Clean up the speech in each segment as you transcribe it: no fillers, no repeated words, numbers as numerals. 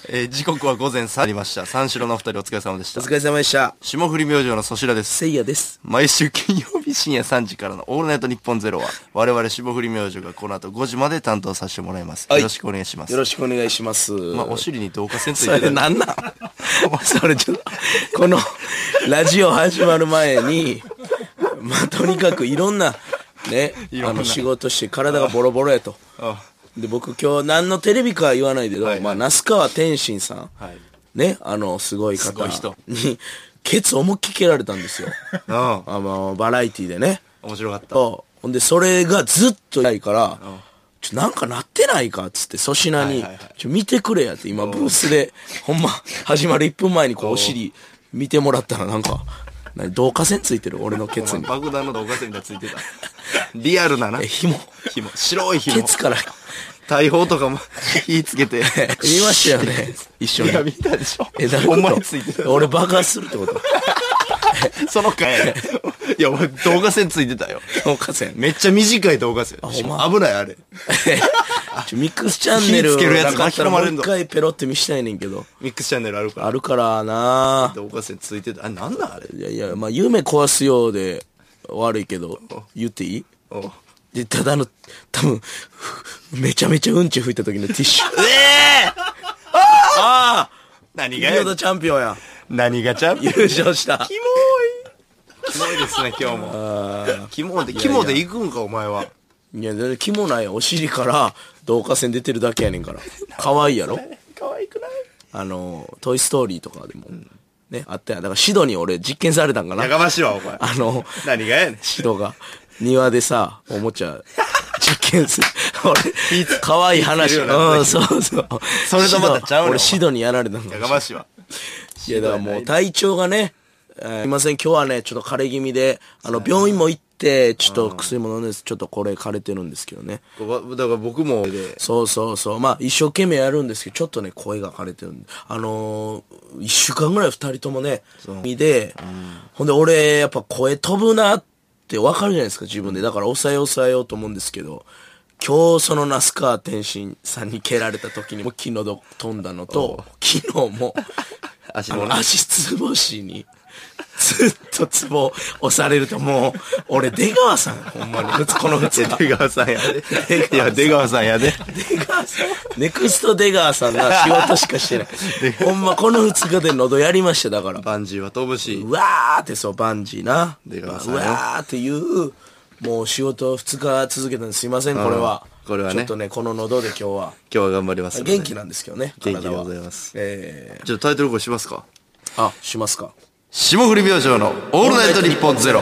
時刻は午前3時になりました。三四郎のお二人お疲れ様でした。 お疲れ様でした。 霜降り明星の粗品です。 せいやです。 毎週金曜日深夜3時からのオールナイトニッポンゼロは、我々霜降り明星がこの後5時まで担当させてもらいます。よろしくお願いします。 よろしくお願いします。 お尻に導火線ついそてる。 れなんなんそれちょっと、このラジオ始まる前に、とにかくいろんな、ね、仕事して体がボロボロやと。で、僕今日何のテレビかは言わないけど、那須川天心さん、ね、すごい方に、ケツ思いっきり蹴られたんですよ。バラエティでね。 面白かった。 ほんで、それがずっとないから、なんかなってないかっつって、粗品に、見てくれやって、今ブースで、ほんま、始まる1分前にこう、お尻見てもらったらなんか、導火線ついてる俺のケツに。 爆弾の導火線がついてた。リアルなな。 紐。 白い紐。 ケツから。 大砲とかも火つけて。 見ましたよね。一緒に。 いや、見たでしょ。 ほんまについてた。俺爆発するってことその回。いや、俺、導火線ついてたよ。 導火線。 めっちゃ短い導火線。危ない、あれ。 ミックスチャンネルつけるやつ巻き込まれんの。 もう一回ペロって見したいねんけど。 ミックスチャンネルあるから。 あるからな導火線ついてた。あれ、なんなんあれ。 いや、夢壊すようで悪いけど、言っていいで、ただ多分、めちゃめちゃうんち吹いた時のティッシュ。ああ何が見事チャンピオンや。 何がチャンピオン優勝した。 キモいですね、今日も。キモで行くんか、お前は。 いや、キモないよ。お尻から導火線出てるだけやねんから。可愛いやろ可愛くないトイストーリーとかでも、ね、あったやん。だからシドに俺実験されたんかな。 やかましいわ、お前。何がやねん。 シドが。庭でさ、おもちゃ、実験する。俺、可愛い話。そうそう。 それとまたちゃうの俺、シドにやられたんやかましいわ。 いや、だからもう体調がね、すいません、今日はね、ちょっと枯れ気味で、病院も行って、ちょっと薬も飲んで、ちょっとこれ枯れてるんですけどね。 だから僕も。 そう。一生懸命やるんですけど、ちょっとね、声が枯れてるんで。一週間ぐらい二人ともね、ほんで俺、やっぱ声飛ぶなってわかるじゃないですか、自分で。だから抑えようと思うんですけど、今日その那須川天心さんに蹴られた時にも気の毒飛んだのと、昨日も、足つぼしに、ずっとツボ押されるともう、俺出川さん、ほんまに、この2日。 出川さんやで。いや、出川さんやで。 出川さん。ネクスト出川さんが仕事しかしてない。ほんまこの2日で喉やりました、だから。 バンジーは飛ぶし。 うわーってそう、バンジーな。 出川さん。 うわーっていう、もう仕事2日続けたんですいません、これは。 これはね。 ちょっとね、この喉で今日は。 今日は頑張ります。 元気なんですけどね、 元気でございます。 ちょっとタイトルコールしますか？ しますか。 霜降り明星のオールナイトニッポンゼロ。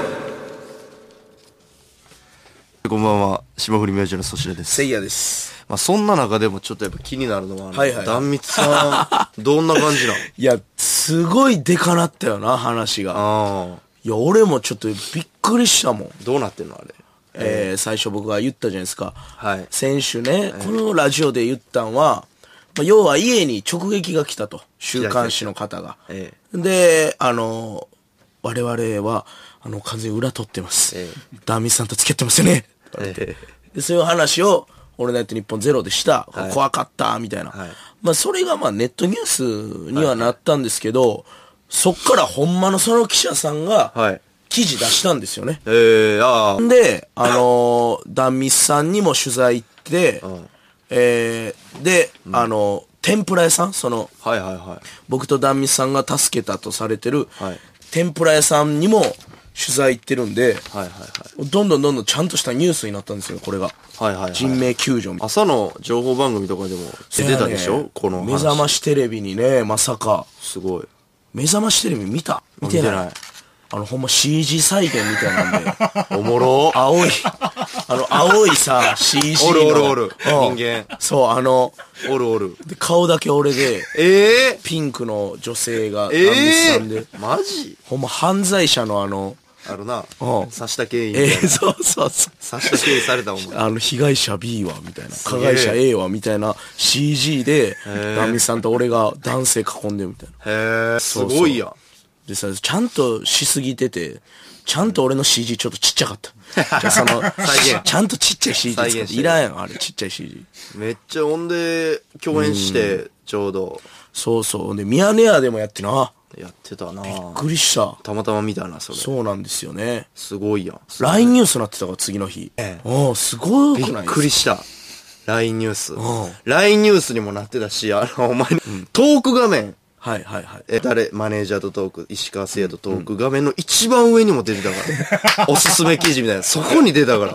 こんばんは、霜降り明星の粗品です。 せいやです。 そんな中でもちょっとやっぱ気になるのは、壇蜜さん、どんな感じなん？ いや、すごいデカなったよな、話が。いや、俺もちょっとびっくりしたもん。 どうなってんのあれ。 最初僕が言ったじゃないですか。 はい。 先週ね、このラジオで言ったんは、要は家に直撃が来たと。週刊誌の方が。で、我々は、完全に裏取ってます。ダーミーさんと付き合ってますよね。でそういう話を、オールナイトニッポンゼロでした。怖かった、みたいな。それがネットニュースにはなったんですけど、そっからほんまのその記者さんが、記事出したんですよね。で、ダーミーさんにも取材行って、で、天ぷら屋さん僕と壇蜜さんが助けたとされてる、天ぷら屋さんにも取材行ってるんで、どんどんちゃんとしたニュースになったんですよ、これが。人命救助みたいな。 朝の情報番組とかでも出たでしょ、この話。 目覚ましテレビにね、まさか。 すごい。 目覚ましテレビ見てない。ほんま CG 再現みたいなんで。 おもろ。 青いさ、CG の。 おる。人間。 そう、 おる。 で、顔だけ俺で、ピンクの女性が、壇蜜さんで。 マジ？ ほんま犯罪者のあるな。刺した経緯みたいな。 そう。 刺した経緯されたもん。 被害者 B は、みたいな。加害者 A は、みたいな CG で、壇蜜さんと俺が男性囲んでるみたいな。 すごいやん。 でさ、ちゃんとしすぎてて、ちゃんと俺の CG ちょっとちっちゃかった。じゃその、ちゃんとちっちゃい CG 使っていらんやん、あれ、ちっちゃい CG。 めっちゃ、ほんで、共演して、 ちょうど。 そうそう。で、ミヤネ屋でもやってな。 やってたな。 びっくりした。 たまたま見たな、それ。 そうなんですよね。 すごいやん。 LINE ニュースなってたから次の日。すごいくないですか？ びっくりした。LINE ニュース。LINE ニュースにもなってたし、お前、トーク画面。 はいはいはい。 マネージャーとトーク、石川誠也とトーク画面の一番上にも出てたから。おすすめ記事みたいな。そこに出たから。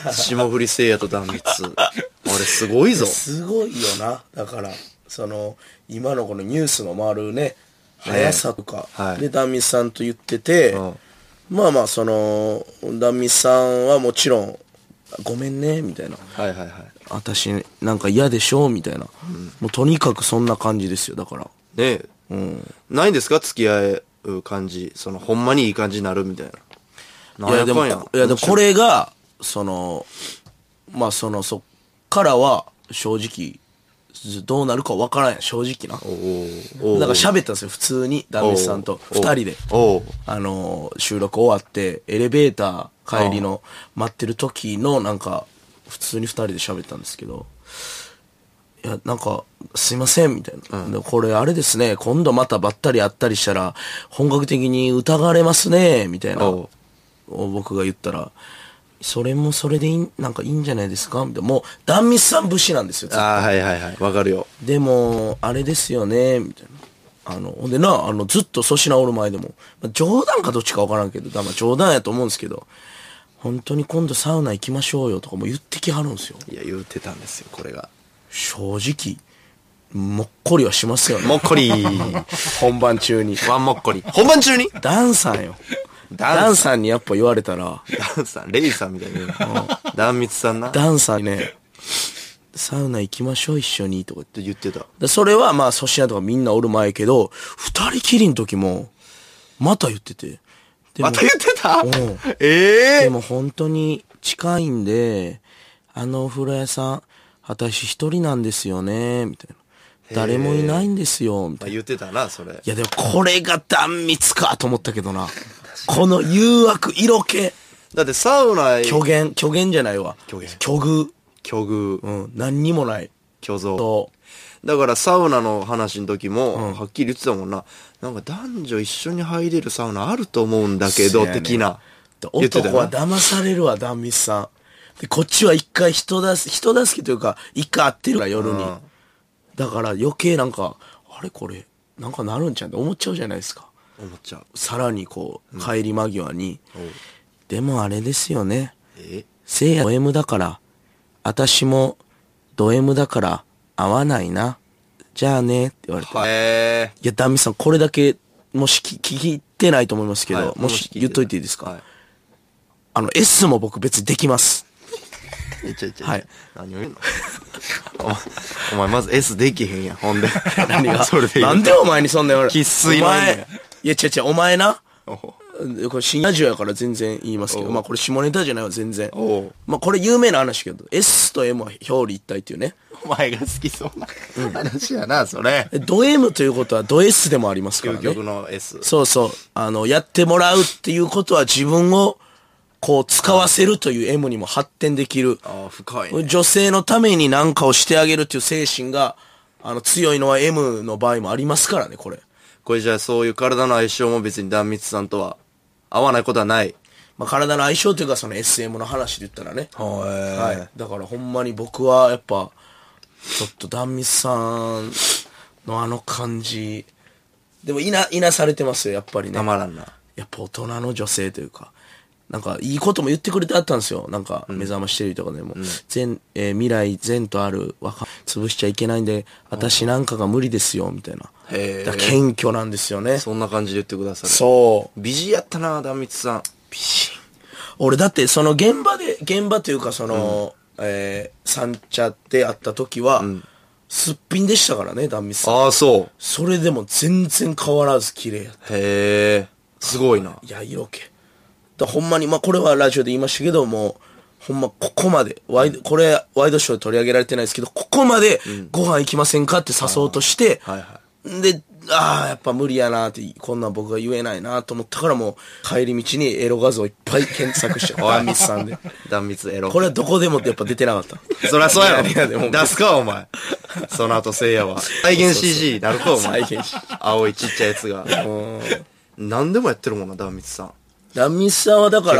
霜降り誠也と断蜜。あれすごいぞ。 すごいよな。だから、今のこのニュースの回るね、速さとか、で、断蜜さんと言ってて、まあまあ、断蜜さんはもちろん、ごめんね、みたいな。 はいはいはい。 私、なんか嫌でしょみたいな。もうとにかくそんな感じですよ、だから。 ねえ。ないんですか付き合う感じ。ほんまにいい感じになるみたいな。 いや、でもこれが、まあそっからは、正直、どうなるか分からんやん、正直な。だから喋ったんですよ、普通に、ダンミスさんと、二人で。収録終わって、エレベーター帰りの待ってる時の、なんか、普通に二人で喋ったんですけど、いや、なんか、すいません、みたいな。でこれあれですね、今度またばったり会ったりしたら、本格的に疑われますね、みたいな。僕が言ったら、それもそれでなんかいいんじゃないですかみたいな。もう、断蜜さん節なんですよ。 はいはいはい。わかるよ。 でも、あれですよね、みたいな。ほんでな、ずっと粗品おる前でも、冗談かどっちかわからんけど、冗談やと思うんですけど、本当に今度サウナ行きましょうよとかも言ってきはるんですよ。 いや、言ってたんですよ、これが。 正直、もっこりはしますよね。 もっこり。 本番中に。 ワンもっこり。本番中にダンさんよ。ダンさんにやっぱ言われたら。 ダンさん、レイさんみたいに。ダンミツさんな。 ダンさんにね、サウナ行きましょう一緒にとかって言ってた。 それはまあ粗品とかみんなおる前やけど、二人きりの時も、また言ってて。 また言ってた？ でも本当に近いんで、お風呂屋さん、私一人なんですよね、みたいな。誰もいないんですよ、みたいな。 言ってたな、それ。 いやでもこれが断蜜かと思ったけどな。この誘惑、色気。 だってサウナ虚言じゃないわ。虚偶。何にもない。 虚像。だからサウナの話の時も、はっきり言ってたもんな。なんか男女一緒に入れるサウナあると思うんだけど、的な。 男は騙されるわ、断蜜さん。で、こっちは一回人助けというか、一回会ってるから夜に。だから余計なんか、あれこれ、なんかなるんちゃうって思っちゃうじゃないですか。 思っちゃう。 さらにこう、帰り間際に、でもあれですよね。せいやド M だから、私もド M だから会わないな。じゃあねって言われて。いや、ダンミさんこれだけ、もし聞いてないと思いますけど、もし言っといていいですか？S も僕別にできます。 はい。何を言うの？お前まず S できへんやん、ほんで。 何がなんでお前にそんな言われる？ 生粋の M や。 いや、違う、お前な。これ深夜ラジオやから全然言いますけど、まあこれ下ネタじゃないわ、全然。まあこれ有名な話けど、S と M は表裏一体っていうね。 お前が好きそうな話やな、それ。 ド M ということはド S でもありますからね。 究極の S。 そうそう。やってもらうっていうことは自分を、こう使わせるという M にも発展できる。 深いね。 女性のために何かをしてあげるっていう精神が、強いのは M の場合もありますからね、これ。 これじゃあそういう体の相性も別に断蜜さんとは合わないことはない。 まあ体の相性というかその SM の話で言ったらね。はい。だからほんまに僕はやっぱ、ちょっと断蜜さんの感じ、でもいなされてますよ、やっぱりね。 たまらんな。 やっぱ大人の女性というか。なんか、いいことも言ってくれてあったんですよ。なんか、目覚ましテレビとかでも。未来善とある潰しちゃいけないんで、私なんかが無理ですよ、みたいな。だから謙虚なんですよね。 そんな感じで言ってくださる。 そう。 美人やったな、断蜜さん。 美人。俺だって、現場というか三茶で会った時は、すっぴんでしたからね、断蜜さん。 ああ、そう。 それでも全然変わらず綺麗やった。 へえ。すごいな。 いや、色気。ほんまに、まあ、これはラジオで言いましたけども、ほんま、ここまで、ワイドショーで取り上げられてないですけど、ここまで、ご飯行きませんかって誘おうとして、で、 やっぱ無理やなって、こんなん僕が言えないなと思ったからもう、帰り道にエロ画像いっぱい検索しちゃった。断密さんで。 断密エロ。 これはどこでもってやっぱ出てなかった。 そりゃそうやろ。出すか、お前。その後せいやは。再現 CG になるか、お前。再現 CG。青いちっちゃいやつが。何でもやってるもんな、断密さん。 断密さんはだから、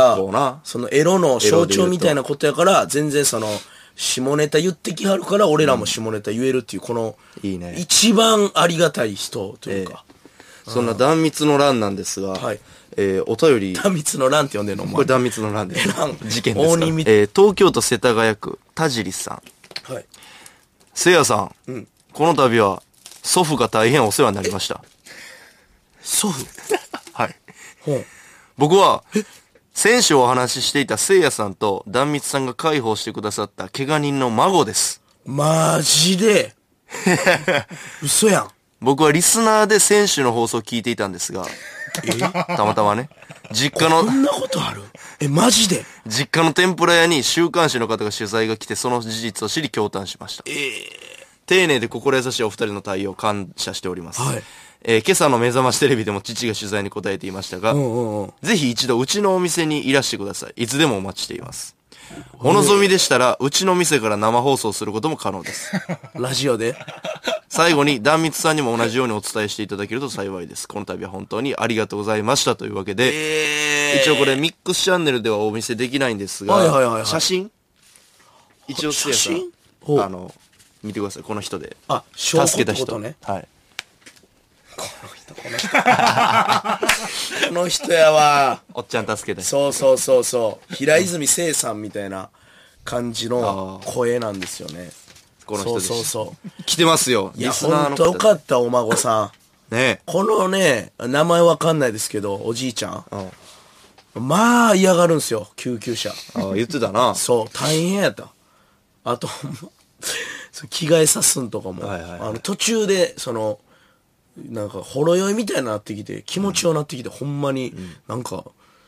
そのエロの象徴みたいなことやから、全然その、下ネタ言ってきはるから、俺らも下ネタ言えるっていう、この、 いいね。 一番ありがたい人というか。 そんな断密の乱なんですが、はい。お便り。 断密の乱って呼んでんのお前。 これ断密の乱です。事件ですから。東京都世田谷区、田尻さん。はい。せいやさん。この度は、祖父が大変お世話になりました。 祖父はい。僕は、先週お話ししていたせいやさんと断密さんが介抱してくださった怪我人の孫です。 マジで嘘やん。 僕はリスナーで先週の放送を聞いていたんですが、たまたまね、実家の、 こんなことある？マジで？ 実家の天ぷら屋に週刊誌の方が取材が来て、その事実を知り驚嘆しました。丁寧で心優しいお二人の対応を感謝しております。はい。今朝の目覚ましテレビでも父が取材に答えていましたが、ぜひ一度うちのお店にいらしてください。いつでもお待ちしています。お望みでしたら、うちの店から生放送することも可能です。 ラジオで最後に、断密さんにも同じようにお伝えしていただけると幸いです。この度は本当にありがとうございましたというわけで、一応これミックスチャンネルではお見せできないんですが、写真一応せいやさん、見てください。この人で。助けた人。ね。はい。 この人やわ。 おっちゃん助けた人。 そう。平泉聖さんみたいな感じの声なんですよね。 この人です。そう。来てますよ。 いや、ほんとよかった、お孫さん。ね。このね、名前わかんないですけど、おじいちゃん。まあ、嫌がるんすよ、救急車。 言ってたな。 そう、大変やった。あと、着替えさすんとかも。途中で、なんか、ほろ酔いみたいになってきて、気持ちようなってきて、ほんまに、なんか、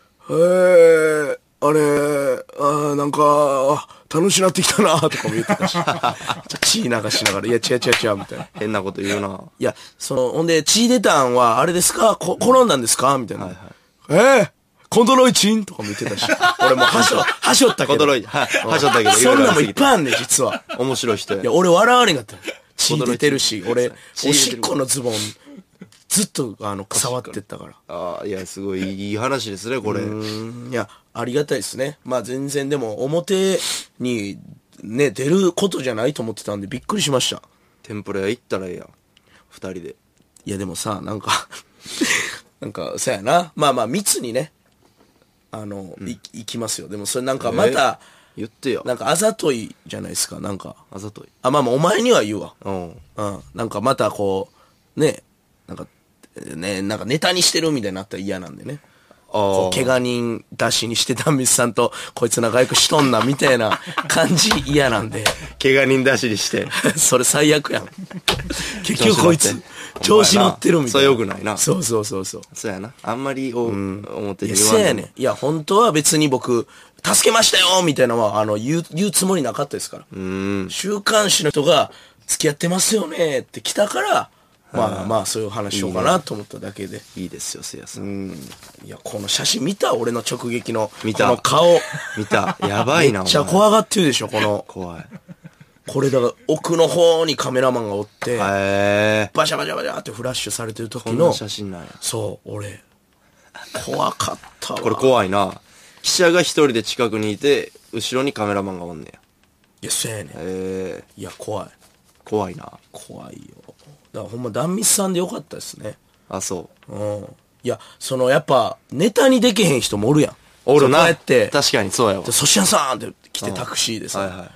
なんか、楽しなってきたなとかも言ってたし、血流しながら、いや、違う、みたいな。 変なこと言うな。 いや、ほんで、血出たんは、あれですか転んだんですかみたいな。コンドロイチンとかも言ってたし、俺もはしょったけど。 コンドロイ、はしょったけど。 そんなんもいっぱいあんねん、実は。 面白い人や。 いや、俺笑われんかった。血出てるし、俺、おしっこのズボン、ずっと、触ってったから。 いや、すごいいい話ですね、これ。 いや、ありがたいですね。まあ全然でも、表に、ね、出ることじゃないと思ってたんで、びっくりしました。 天ぷら屋行ったらええやん。二人で。 いや、でもさ、なんか、そうやな。まあ、密にね、行きますよ。でも、それなんかまた、 言ってよ。 なんかあざといじゃないですか、なんか。 あざとい。 まあお前には言うわ。なんかまたこう、ね、なんかネタにしてるみたいになったら嫌なんでね。怪我人出しにして断密さんとこいつ仲良くしとんなみたいな感じ嫌なんで。 怪我人出しにして。 それ最悪やん。結局こいつ、調子乗ってるみたいな。 そうよくないな。 そう。 そうやな。あんまり思ってて言わん。そうやねん。いや、本当は別に僕、助けましたよみたいなのは、言うつもりなかったですから。週刊誌の人が、付き合ってますよねって来たから、まあ、そういう話しようかなと思っただけで。 いいですよ、せいやさん。 いや、この写真見た？俺の直撃の。 見た。 この顔。 見た。やばいな、 めっちゃ怖がってるでしょ、この。 怖い。 これだから、奥の方にカメラマンがおって、バシャバシャってフラッシュされてる時の。 こんな写真なんや。 そう、俺。怖かったわ。 これ怖いな。記者が一人で近くにいて、後ろにカメラマンがおんねや。 いや、そうやねん。いや、怖い。 怖いな。 怖いよ。だからほんま断密さんでよかったですね。 そう。 いや、やっぱ、ネタにできへん人もおるやん。 おるな。 こうやって。 確かにそうやわ。 ソシャンさんって来てタクシーでさ。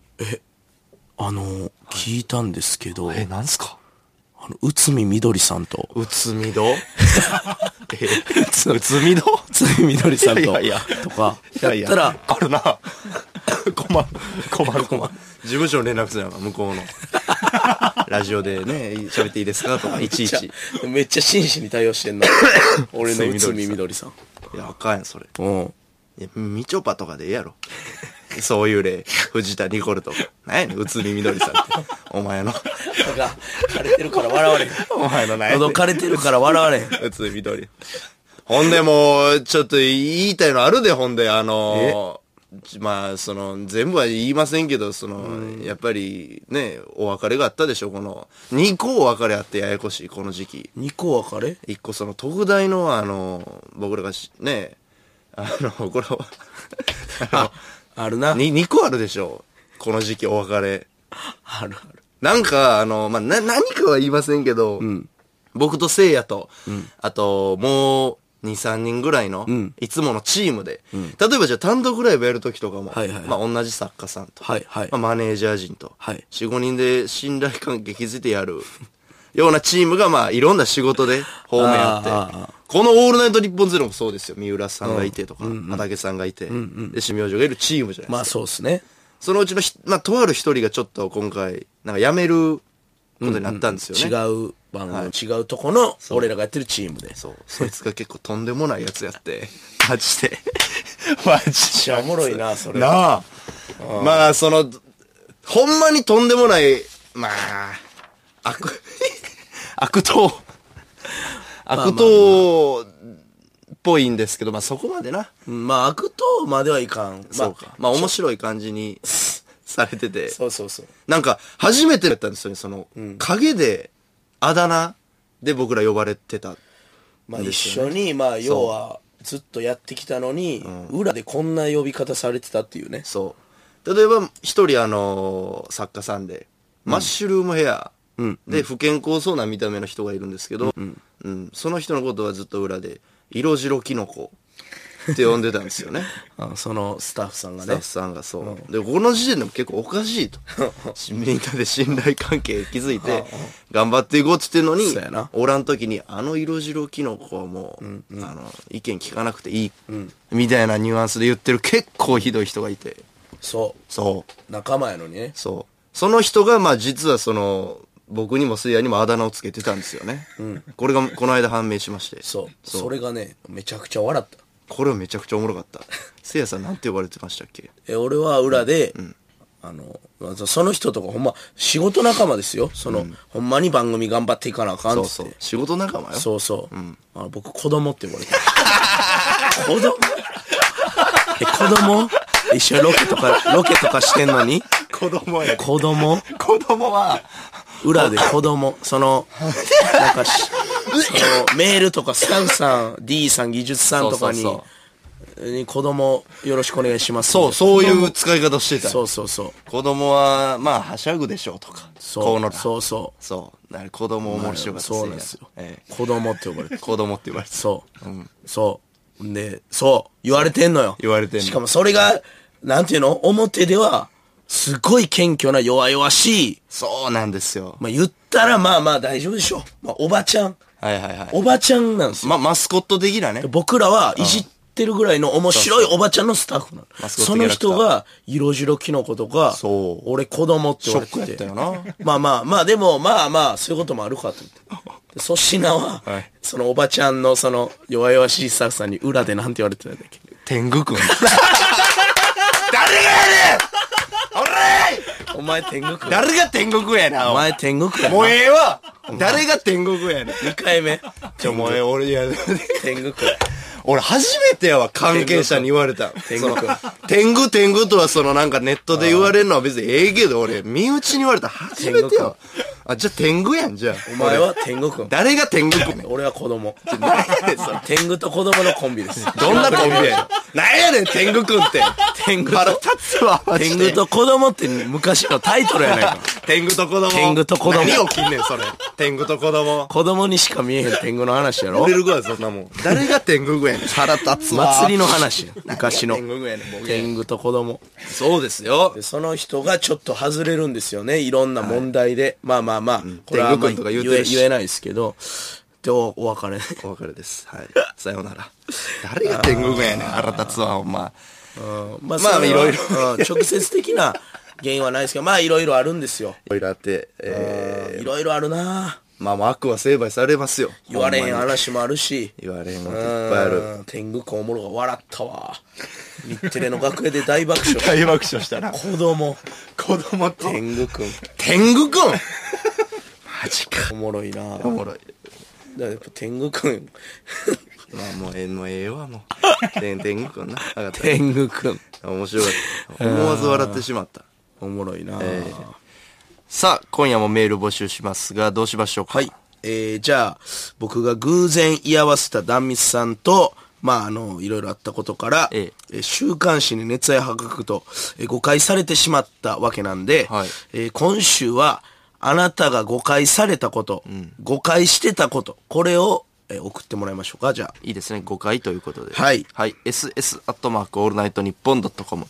聞いたんですけど。 なんすか？ 内海みどりさんと。 内海ど？ 内海みどりさんと。とか。やったら。 あるな。困る。事務所に連絡するやんか、向こうの。ラジオでね、喋っていいですかとか、いちいち。 めっちゃ真摯に対応してんの。俺の内海みどりさん。 いや、あかんやん、それ。いや、みちょぱとかでええやろ。 そういう例。藤田ニコルとか。何やねん、内海みどりさんって。お前の。 枯れてるから笑われへん。 お前の何やねん。 喉枯れてるから笑われへん。 内海みどり。ほんでもう、ちょっと言いたいのあるで、ほんで、まあ、全部は言いませんけど、やっぱり、ね、お別れがあったでしょ、2個お別れあってややこしい、この時期。 2個別れ ?1 個特大の、僕らがね、これはあるな。 2個あるでしょ、この時期お別れ。 あるある。 なんか、まあ、何かは言いませんけど、僕と聖夜と、あと、もう、2、3人ぐらいの、いつものチームで、例えばじゃあ単独ライブやるときとかも、まあ同じ作家さんと、まあマネージャー陣と、4、5人で信頼関係築いてやるようなチームが、まあいろんな仕事で方面あって、このオールナイト日本ゼロもそうですよ。三浦さんがいてとか、畑さんがいて、で、下明星がいるチームじゃないですか。 まあそうですね。 そのうちのまあとある一人がちょっと今回、なんか辞めることになったんですよね。 違う番組、違うとこの俺らがやってるチームで。 そいつが結構とんでもないやつやって、マジで。マジで。おもろいな、それ。 なあ。まあ、ほんまにとんでもない、まあ、悪党っぽいんですけど、まあそこまでな。 まあ悪党まではいかん。 そうか。まあ面白い感じにされてて。 そうそうそう。 なんか、初めてだったんですよね、影で、あだ名で僕ら呼ばれてた。 まあ一緒に、まあ要は、ずっとやってきたのに、裏でこんな呼び方されてたっていうね。 そう。例えば、一人作家さんで、マッシュルームヘアで不健康そうな見た目の人がいるんですけど、その人のことはずっと裏で、色白キノコって呼んでたんですよね。 そのスタッフさんがね。 スタッフさんがそう。で、この時点でも結構おかしいと。みんなで信頼関係築いて、頑張っていこうって言ってんのに、おらん時に、色白キノコはもう、意見聞かなくていい、みたいなニュアンスで言ってる結構ひどい人がいて。 そう。仲間やのにね。 そう。その人が、まあ実は僕にもスイヤにもあだ名をつけてたんですよね。これがこの間判明しまして。 そう。それがね、めちゃくちゃ笑った。 これはめちゃくちゃおもろかった。せいやさんなんて呼ばれてましたっけ？ 俺は裏で、その人とかほんま仕事仲間ですよ。ほんまに番組頑張っていかなあかんって。 そう。仕事仲間よ。 そうそう。僕子供って呼ばれてる。子供子供一緒にロケとかしてんのに子供や。 子供は、 裏で子供、なんかメールとかスタッフさん、D さん、技術さんとかに、子供よろしくお願いします。 そういう使い方してた。 そう。 子供は、まあ、はしゃぐでしょうとか。 そう。 子供面白かった。 そうなんですよ。子供って呼ばれて。 子供って呼ばれて。 そう。で、言われてんのよ。しかもそれが、なんていうの？表では、すごい謙虚な弱々しい。 そうなんですよ。 まあ言ったらまあ大丈夫でしょ。まあおばちゃん。おばちゃんなんですよ。 マスコット的なね。 僕らはいじってるぐらいの面白いおばちゃんのスタッフなの。その人が、色白キノコとか、俺子供って言われてて。 ショックやったよな。 まあでもそういうこともあるかと思って。粗品は、そのおばちゃんの弱々しいスタッフさんに裏でなんて言われてたんだっけ？ 天狗くん。誰がやねん！ お前天狗くん。 誰が天狗やな。 お前天狗くんやな。 もうええわ。誰が天狗やねん。 2回目。 もう俺天狗くん。 俺初めてやわ、関係者に言われた。天狗くん。天狗とはなんかネットで言われるのは別にええけど、俺、身内に言われた初めてやわ。じゃあ天狗やん、じゃあ。 お前は天狗くん。 誰が天狗くん？ 俺は子供。天狗と子供のコンビです。 どんなコンビやねん。なんやねん、天狗くんって。天狗と。立つわ、マジで。 天狗と子供って昔のタイトルやないか。 天狗と子供。 天狗と子供。 何起きんねん、それ。天狗と子供。 子供にしか見えへん天狗の話やろ。 売れるか、そんなもん。誰が天狗やねん。腹立つわ。 祭りの話や。昔の。 天狗やねん、 天狗と子供。 そうですよ。 その人がちょっと外れるんですよね。いろんな問題で。まあ。これは言えないですけど。で、お別れ。 お別れです。はい。さようなら。誰が天狗やねん。腹立つわ、ほんま。 まあ、いろいろ。直接的な原因はないですけど、まあ、いろいろあるんですよ。 いろいろあって、 いろいろあるなまあまあ悪は成敗されますよ。 言われへん話もあるし。 言われへんこといっぱいある。 天狗くんおもろが笑ったわ。日テレの楽屋で大爆笑。 大爆笑したな。 子供と。 天狗くん。 天狗くんマジか。 おもろいな。 おもろい。 だからやっぱ天狗くん。 まあもうええわ、もう。天狗くんな。 天狗くん。 面白かった。思わず笑ってしまった。 おもろいな、 さあ、今夜もメール募集しますが、どうしましょうか。 はい。じゃあ、僕が偶然居合わせた壇蜜さんと、まあ、いろいろあったことから、週刊誌に熱愛破格と、誤解されてしまったわけなんで、 はい、 今週は、あなたが誤解されたこと、誤解してたこと、これを、送ってもらいましょうか、じゃあ。 いいですね、誤解ということで。 はい。 はい。ss@allnightnippon.com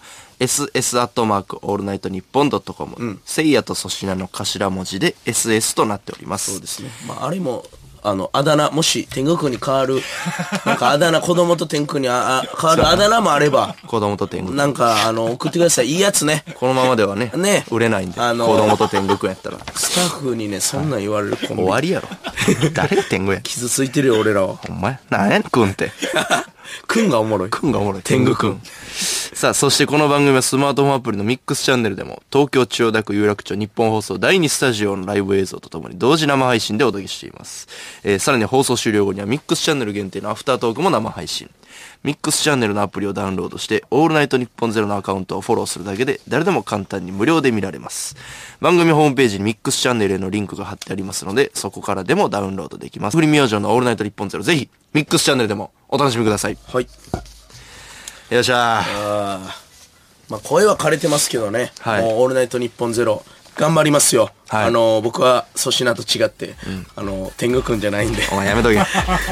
ss@allnightnippon.com せいやと粗品の頭文字で ss となっております。 そうですね。まあ、あれも、あだ名、もし、天狗くんに変わる、なんかあだ名、子供と天狗くんに変わるあだ名もあれば、 子供と天狗。 なんか、送ってください。いいやつね。 このままではね、売れないんで、子供と天狗くんやったら。 スタッフにね、そんなん言われるコンビ終わりやろ。誰が天狗や。 傷ついてるよ、俺らは。 ほんまや。なんやねん、くんって。 くんがおもろい。 くんがおもろい。天狗くん。さあ、そしてこの番組はスマートフォンアプリのミックスチャンネルでも、東京千代田区有楽町日本放送第2スタジオのライブ映像とともに同時生配信でお届けしています。さらに放送終了後にはミックスチャンネル限定のアフタートークも生配信。ミックスチャンネルのアプリをダウンロードして、オールナイトニッポンゼロのアカウントをフォローするだけで、誰でも簡単に無料で見られます。番組ホームページにミックスチャンネルへのリンクが貼ってありますので、そこからでもダウンロードできます。フリ明星のオールナイトニッポンゼロ、ぜひ、ミックスチャンネルでもお楽しみください。 はい。 よっしゃー。まあ、声は枯れてますけどね。 はい。 もうオールナイトニッポンゼロ、頑張りますよ。はい。僕は粗品と違って、天狗くんじゃないんで。 お前やめとけ。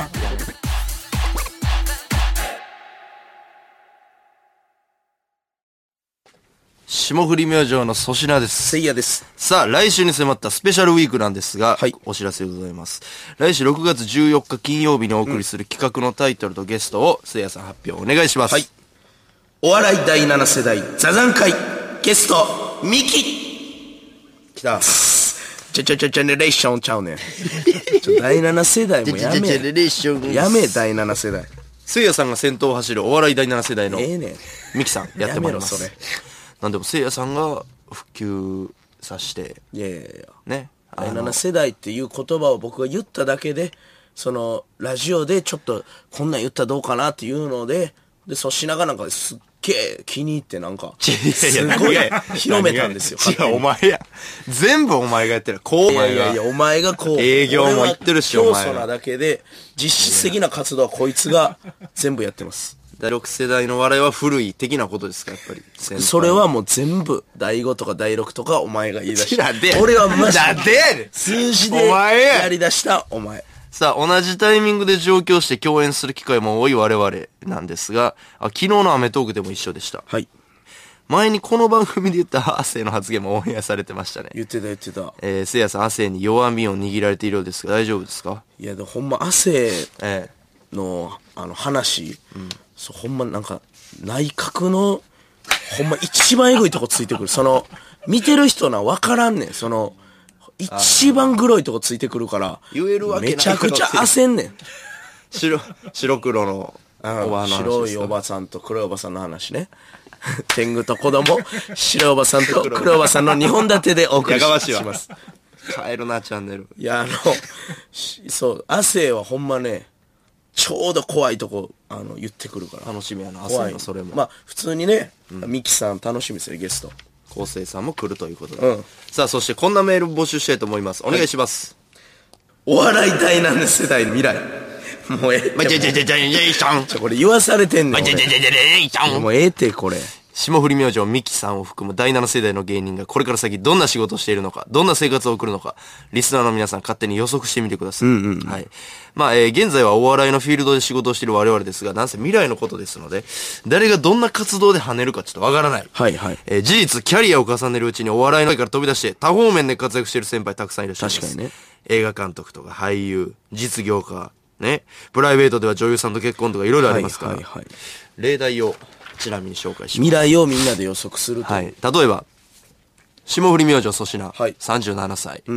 霜降り明星の粗品です。 せいやです。 さあ、来週に迫ったスペシャルウィークなんですが、 はい、 お知らせでございます。来週6月14日金曜日にお送りする企画のタイトルとゲストを、せいやさん発表お願いします。はい。 お笑い第7世代座談会、ゲスト、ミキ。 来た。 ジェネレーションちゃうねん。第7世代もやめ。 ジェネレーション。 やめ、第7世代。 せいやさんが先頭を走るお笑い第7世代の、 ねん。 ミキさんやってもらいます。 やめろ、それ。 なんでもせいやさんが普及さして。 いやいやいや。 ね。 第7世代っていう言葉を僕が言っただけで、ラジオでちょっと、こんなん言ったらどうかなっていうので、粗品がなんかすっげえ気に入ってなんか、すごい広めたんですよ。 違う、お前や。全部お前がやってる。こう、 いやいやいや、お前がこう。 営業も言ってるし、お前が。 教祖なだけで、実質的な活動はこいつが全部やってます。 第6世代の笑いは古い的なことですか、やっぱり。 それはもう全部、第5とか第6とかお前が言い出した。 で俺はマジで数字でやり出したお前。 さあ、同じタイミングで上京して共演する機会も多い我々なんですが、昨日のアメトークでも一緒でした。 はい。 前にこの番組で言った亜生の発言もオンエアされてましたね。 言ってた。 せいやさん、亜生に弱みを握られているようですが、大丈夫ですか？ いや、ほんま亜生の、話、ほんまなんか、内閣の、ほんま一番エグいとこついてくる。見てる人な分からんねん。一番グロいとこついてくるから、 言えるわけない。 めちゃくちゃ焦んねん。 白黒のおばの話ですか？ 白いおばさんと黒いおばさんの話ね。天狗と子供、白いおばさんと黒いおばさんの2本立てでお送りします。 帰るな、チャンネル。 いや、そう、亜生はほんまね、ちょうど怖いとこ、言ってくるから。 楽しみやな、亜生のそれも。 まあ、普通にね、ミキさん楽しみですよ、ゲスト。 昴生さんも来るということで。さあ、そしてこんなメール募集したいと思います。お願いします。 お笑い第7世代の未来。もうええ。これ言わされてんねん。もうええって、これ。 霜降り明星ミキさんを含む第7世代の芸人がこれから先どんな仕事をしているのか、どんな生活を送るのか、リスナーの皆さん勝手に予測してみてください。はい。まあ、現在はお笑いのフィールドで仕事をしている我々ですが、なんせ未来のことですので、誰がどんな活動で跳ねるかちょっとわからない。 はいはい。 事実、キャリアを重ねるうちにお笑いの界から飛び出して多方面で活躍している先輩たくさんいらっしゃいます。 確かにね。 映画監督とか俳優、実業家、ね。プライベートでは女優さんと結婚とかいろいろありますから。例題をちなみに紹介します。 未来をみんなで予測すると。 はい。例えば、霜降り明星粗品、37歳。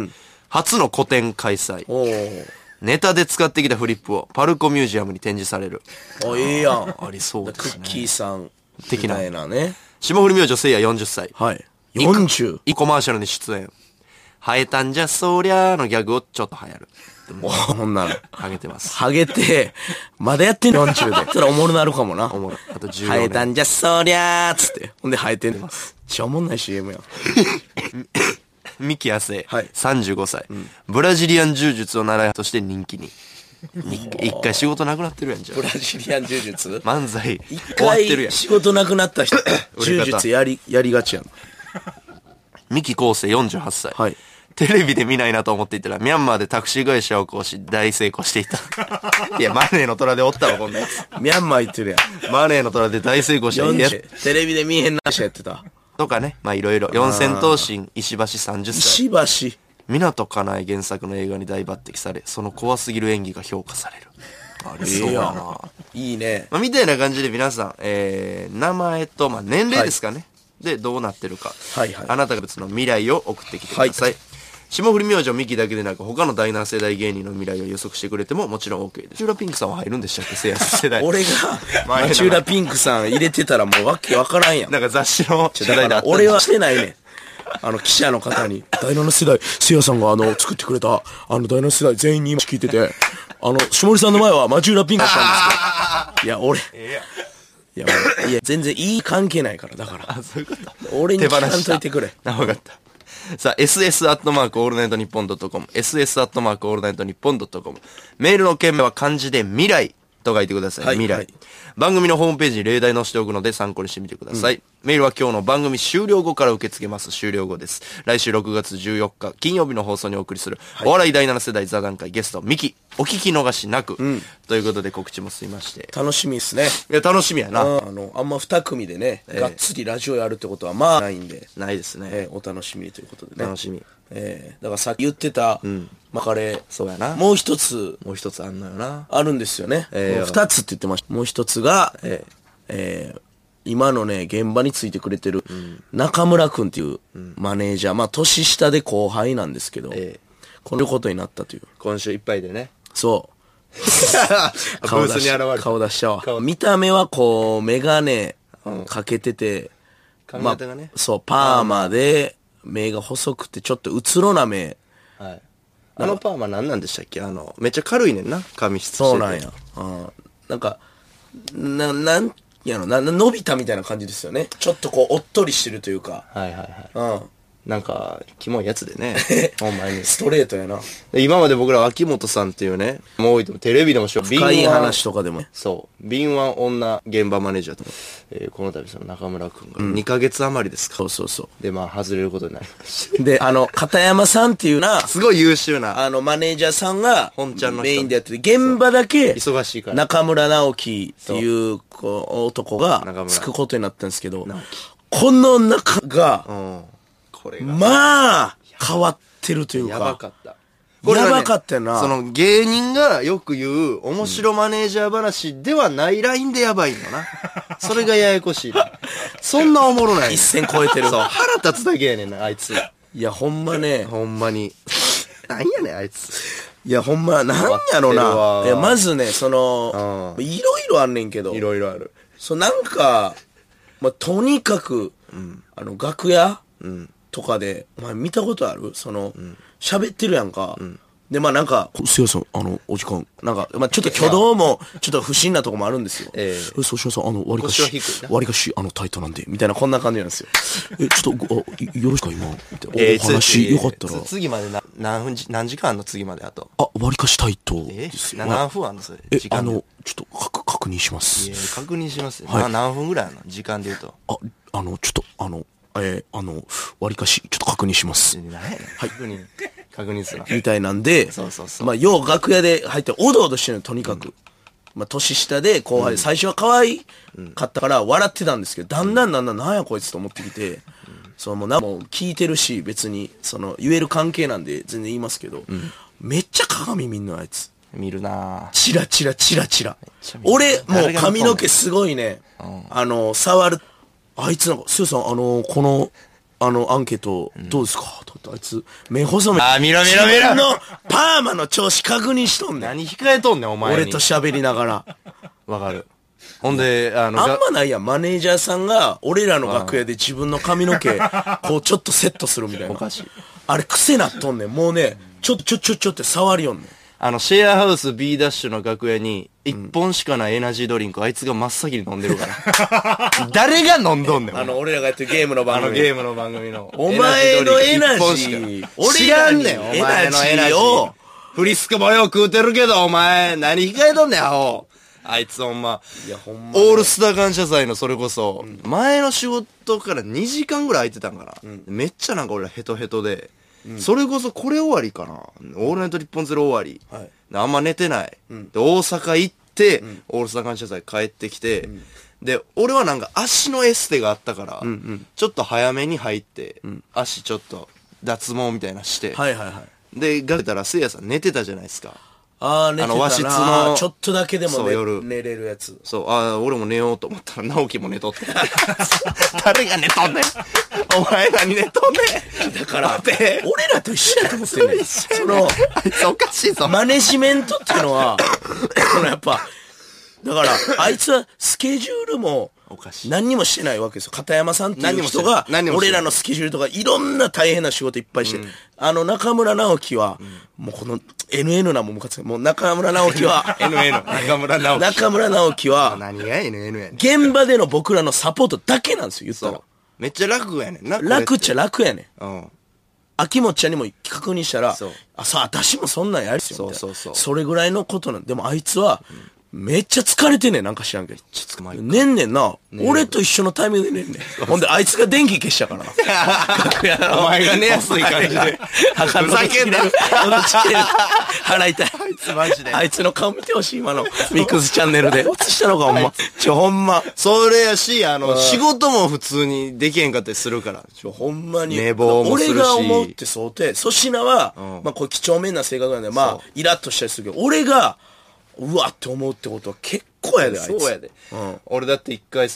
初の個展開催。ネタで使ってきたフリップをパルコミュージアムに展示される。 ええやん。 ありそうですね。 クッキーさん的なね。 霜降り明星せいや40歳。 はい。40? コマーシャルに出演。生えたんじゃそりゃーのギャグをちょっと流行る。 ほんなら。 ハゲてます。 ハゲて、まだやってんの 40 で。それおもろなるかもな。 おもろ。あと14年。 生えたんじゃそりゃーつって。ほんで生えてんの。ちゃおもんない CM やん。 三木亜生、 はい、 35歳、ブラジリアン柔術を習いとして人気に。一回仕事なくなってるやんじゃん。 ブラジリアン柔術漫才一終わってるやん。 回仕事なくなった人、柔術やりがちやん。 三木昴生48歳。 はい。 テレビで見ないなと思っていたら、ミャンマーでタクシー会社を起こし、大成功していた。いや、マネーの虎でおったわ、こんなやつ。 ミャンマー行ってるやん。 マネーの虎で大成功してる。テレビで見えへんなしやってた。 とかね、まあいろいろ。四千頭身、石橋30歳。 石橋。 港かなえ原作の映画に大抜擢され、その怖すぎる演技が評価される。あれそうやな。 いいね。 まあみたいな感じで皆さん、名前と、まあ年齢ですかね。はい、で、どうなってるか。 はいはい。 あなたが別の未来を送ってきてください。はい、霜降り明星ミキだけでなく他の第7世代芸人の未来を予測してくれてももちろん OK です。マチューラピンクさんは入るんでしたっけ、せいや世代。 俺がマチューラピンクさん入れてたらもうわけわからんやん。 なんか雑誌の世代だった。俺はしてないねん。記者の方に第7世代せいやさんが作ってくれた第7世代全員に今聞いてて霜降りさんの前はマチューラピンクだったんですけど、いや俺いや全然いい関係ないから、だからそういうこと。 俺に聞かんといてくれ。 あ、分かった。さあ、ss アットマークオールナイトニッポンドットコム、ss アットマークオールナイトニッポンドットコム。メールの件名は漢字で未来と書いてください。はい、未来、はい。番組のホームページに例題載せておくので参考にしてみてください。メールは今日の番組終了後から受け付けます。終了後です。来週6月14日金曜日の放送にお送りする、お笑い第7世代座談会ゲストミキ、お聞き逃しなく、ということで告知も済みまして、 楽しみですね。 いや楽しみやな。 あんま2組でね、がっつりラジオやるってことはまあないんで、 ないですね。 お楽しみということでね。 楽しみ。 だからさっき言ってた、まかれ、 そうやな。 もう一つあんのよな。 あるんですよね。2つって言ってました。もう一つが、今のね、現場についてくれてる、中村くんっていうマネージャー、まあ年下で後輩なんですけど、このことになったという。 今週いっぱいでね。 そう。 顔出しちゃうわ。見た目はこう、メガネかけてて、 髪型がね。 そう、パーマで、目が細くてちょっとうつろな目。 はい。パーマ何なんでしたっけ？めっちゃ軽いねんな、髪質してて。 そうなんや。なんか、なんやろ、伸びたみたいな感じですよね。ちょっとこう、おっとりしてるというか。 はいはいはい。なんか、キモいやつでね。ほんまに。 ストレートやな。 今まで僕ら秋元さんっていうね、もうテレビでも深い話とかでも。 そう。敏腕女現場マネージャーと、この度その中村くんが2ヶ月余りですか。 そう。 で、まあ、外れることになりました。 で、片山さんっていうな、 すごい優秀な。 マネージャーさんが、 本ちゃんのメインでやってて、現場だけ、 忙しいから。 中村直樹っていう、男が、つくことになったんですけど、この中が、 これがまあ変わってるというか、 やばかった。 やばかったよな。 その芸人がよく言う面白マネージャー話ではないラインでやばいのな。それがややこしい。そんなおもろない。 一線超えてる。 そう、腹立つだけやねんな、あいつ。 いや、ほんまね。 ほんまに。なんやねん、あいつ。 いや、ほんま、なんやろな。いや、まずね、いろいろあんねんけど。 いろいろある。 なんか、まあ、とにかく、楽屋とかで、お前見たことある？喋ってるやんか。で、まあなんか、せいやさん、お時間、なんか、まあちょっと挙動も、ちょっと不審なとこもあるんですよ。そうしようさん、割かし、タイトなんで、みたいな、こんな感じなんですよ。ちょっと、よろしく今、みたいな。お話、よかったら。 次まで何時間あんの？次まであと。 割かしタイトですよ。 何分あんのそれ？ 時間。ちょっと、確認します。 確認しますよ。何分ぐらいあんの？時間で言うと。 ちょっと、割かし、ちょっと確認します。 何やねん。確認する。 みたいなんで、 そう。 まあ、よう楽屋で入って、おどおどしてるの、とにかく。まあ、年下で後輩で、最初は可愛かったから笑ってたんですけど、だんだん、なんやこいつと思ってきて、もう聞いてるし、別に、言える関係なんで全然言いますけど、めっちゃ鏡見んの、あいつ。 見るなぁ。 チラチラ。俺、もう髪の毛すごいね、触る。あいつなんか、すよさん、 アンケート、どうですかとかってあいつ、目細め。 見ろ。 自分のパーマの調子確認しとんねん。 何控えとんねん、お前に。 俺と喋りながら。 わかる。ほんで、 あんまないやん。マネージャーさんが、俺らの楽屋で自分の髪の毛、こうちょっとセットするみたいな。 おかしい。 あれ癖なっとんねん。もうね、ちょって触りよんねん。 シェアハウス B ダッシュの楽屋に、1本しかないエナジードリンク、あいつが真っ先に飲んでるから。誰が飲んどんねん。 俺らがやってるゲームの番組。 ゲームの番組の。 お前のエナジー、 知らんねん、お前のエナジーを。フリスクもよ食うてるけど、お前、何控えとんねん、アホ。あいつほんま。いや、ほんま。オールスター感謝祭のそれこそ、前の仕事から2時間ぐらい空いてたんから。めっちゃなんか俺らヘトヘトで。それこそこれ終わりかな。オールナイト日本ゼロ終わり。はい、あんま寝てない。で、大阪行って、オールスター感謝祭帰ってきて、で、俺はなんか足のエステがあったから、ちょっと早めに入って、足ちょっと脱毛みたいなして、で、がれたらせいやさん寝てたじゃないですか。 寝てたな。 和室の。 ちょっとだけでも、ね、 夜寝れるやつ。 そう、俺も寝ようと思ったら、直樹も寝とって。誰が寝とんねん。お前何寝とんねん。 だから、俺らと一緒やと思ってんねん。 あいつおかしいぞ。 マネジメントっていうのは、やっぱ、だから、あいつはスケジュールも、何にもしてないわけですよ。片山さんっていう人が、俺らのスケジュールとかいろんな大変な仕事いっぱいして、中村直樹は、もうこの NN なもんムカつく。もう中村直樹は、中村直樹は、 何が NN やねん。 現場での僕らのサポートだけなんですよ、言ったら。 めっちゃ楽やねんな。 楽っちゃ楽やねん。秋元ちゃんにも確認したら、私もそんなんやりっすよ。それぐらいのことなんでもあいつは、めっちゃ疲れてんねん、なんか知らんけど。寝んねんな。俺と一緒のタイミングで寝んねん。ほんで、あいつが電気消したから。 お前が寝やすい感じで。ふざけんな。 払いたい。 あいつマジで。 あいつの顔見てほしい、今の。ミックスチャンネルで。映したのか、ほんま。ほんま。 それやし、仕事も普通にできへんかったりするから。 ほんまに。 寝坊もするし。 俺が思うってそうて、粗品は、まあ、これ几帳面な性格なんで、まあ、イラッとしたりするけど、俺が、うわって思うってことは結構やで、あいつ。 そうやで。俺だって一回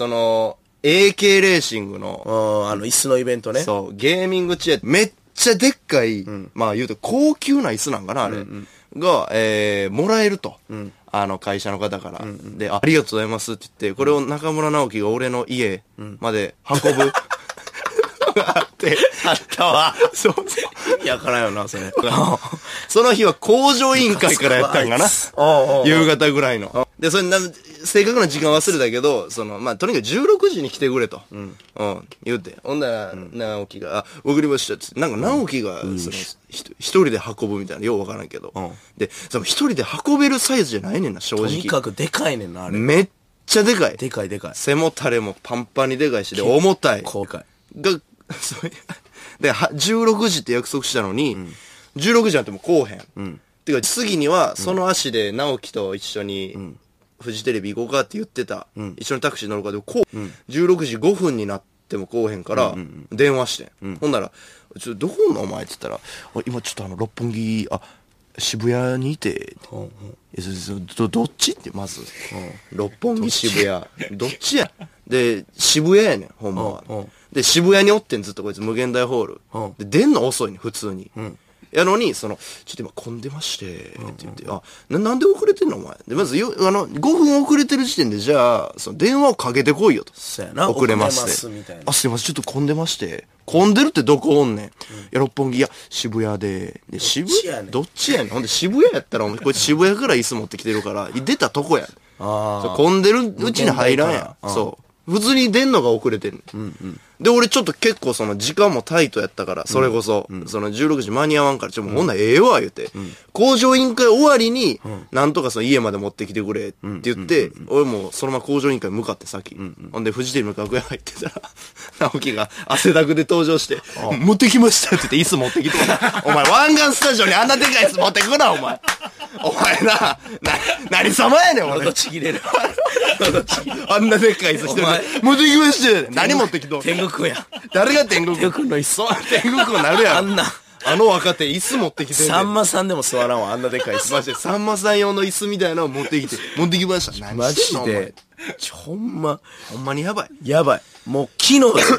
AK レーシングの、 椅子のイベントね。 そう、ゲーミングチェア、めっちゃでっかい、まあ言うと高級な椅子なんかな、あれ。が、もらえると。会社の方から。で、ありがとうございますって言って、これを中村直樹が俺の家まで運ぶ。あったわ。そう。 意味わからんよな、それ。 その日は工場委員会からやったんかな。夕方ぐらいの。で、正確な時間忘れたけど、まあ、とにかく16時に来てくれと。言うて。ほんなら、直樹が、送りましたって。なんか直樹が、一人で運ぶみたいな、ようわからんけど。で、一人で運べるサイズじゃないねんな、正直。 とにかくでかいねんな、あれ。 めっちゃでかい。 でかいでかい。 背もたれもパンパンにでかいし、で、重たい。 でかい。 で、16時って約束したのに、16時なんてもう来おへん。てか、次には、その足で直樹と一緒に、フジテレビ行こうかって言ってた。一緒にタクシー乗るかで、16時5分になっても来おへんから、電話してん。ほんなら、どこおんのお前って言ったら、今ちょっと六本木、渋谷にいて、どっちってまず。六本木渋谷。どっちやで、渋谷やねん、ほんまは。で、渋谷におってん、ずっとこいつ無限大ホール。で、出んの遅いねん、普通に。やのに、ちょっと今混んでまして、って言って、なんで遅れてんのお前。で、まず5分遅れてる時点で、じゃあ、電話をかけてこいよと。 そうやな。 遅れまして。すいません、ちょっと混んでまして。混んでるってどこおんねん。いや、六本木、いや、渋谷で。で、どっちやねん。ほんで、渋谷やったら、こいつ渋谷から椅子持ってきてるから、出たとこやん。混んでるうちに入らんやん。そう。普通に出んのが遅れてんねん。で、俺ちょっと結構時間もタイトやったから、それこそ、16時間に合わんから、もうほんならええわ、言うて。工場委員会終わりに、なんとか家まで持ってきてくれ、って言って、俺もそのまま工場委員会向かって先。ほんで、フジテレビの楽屋入ってたら、直樹が汗だくで登場して、持ってきましたって言って、椅子持ってきて。お前、湾岸スタジオにあんなでかい椅子持ってくな、お前。お前な、何様やねん、俺。 喉ちぎれる。 あんなでっかい椅子一人で。持ってきました何持ってきとん天国や。 誰が天国天国の椅子。 天国になるやん。 あんな。 若手椅子持ってきてんねん。 さんまさんでも座らんわ、あんなでかい椅子。 マジで、さんまさん用の椅子みたいなのを持ってきました。 マジで。ほんまにやばい。 やばい。もう昨日よ。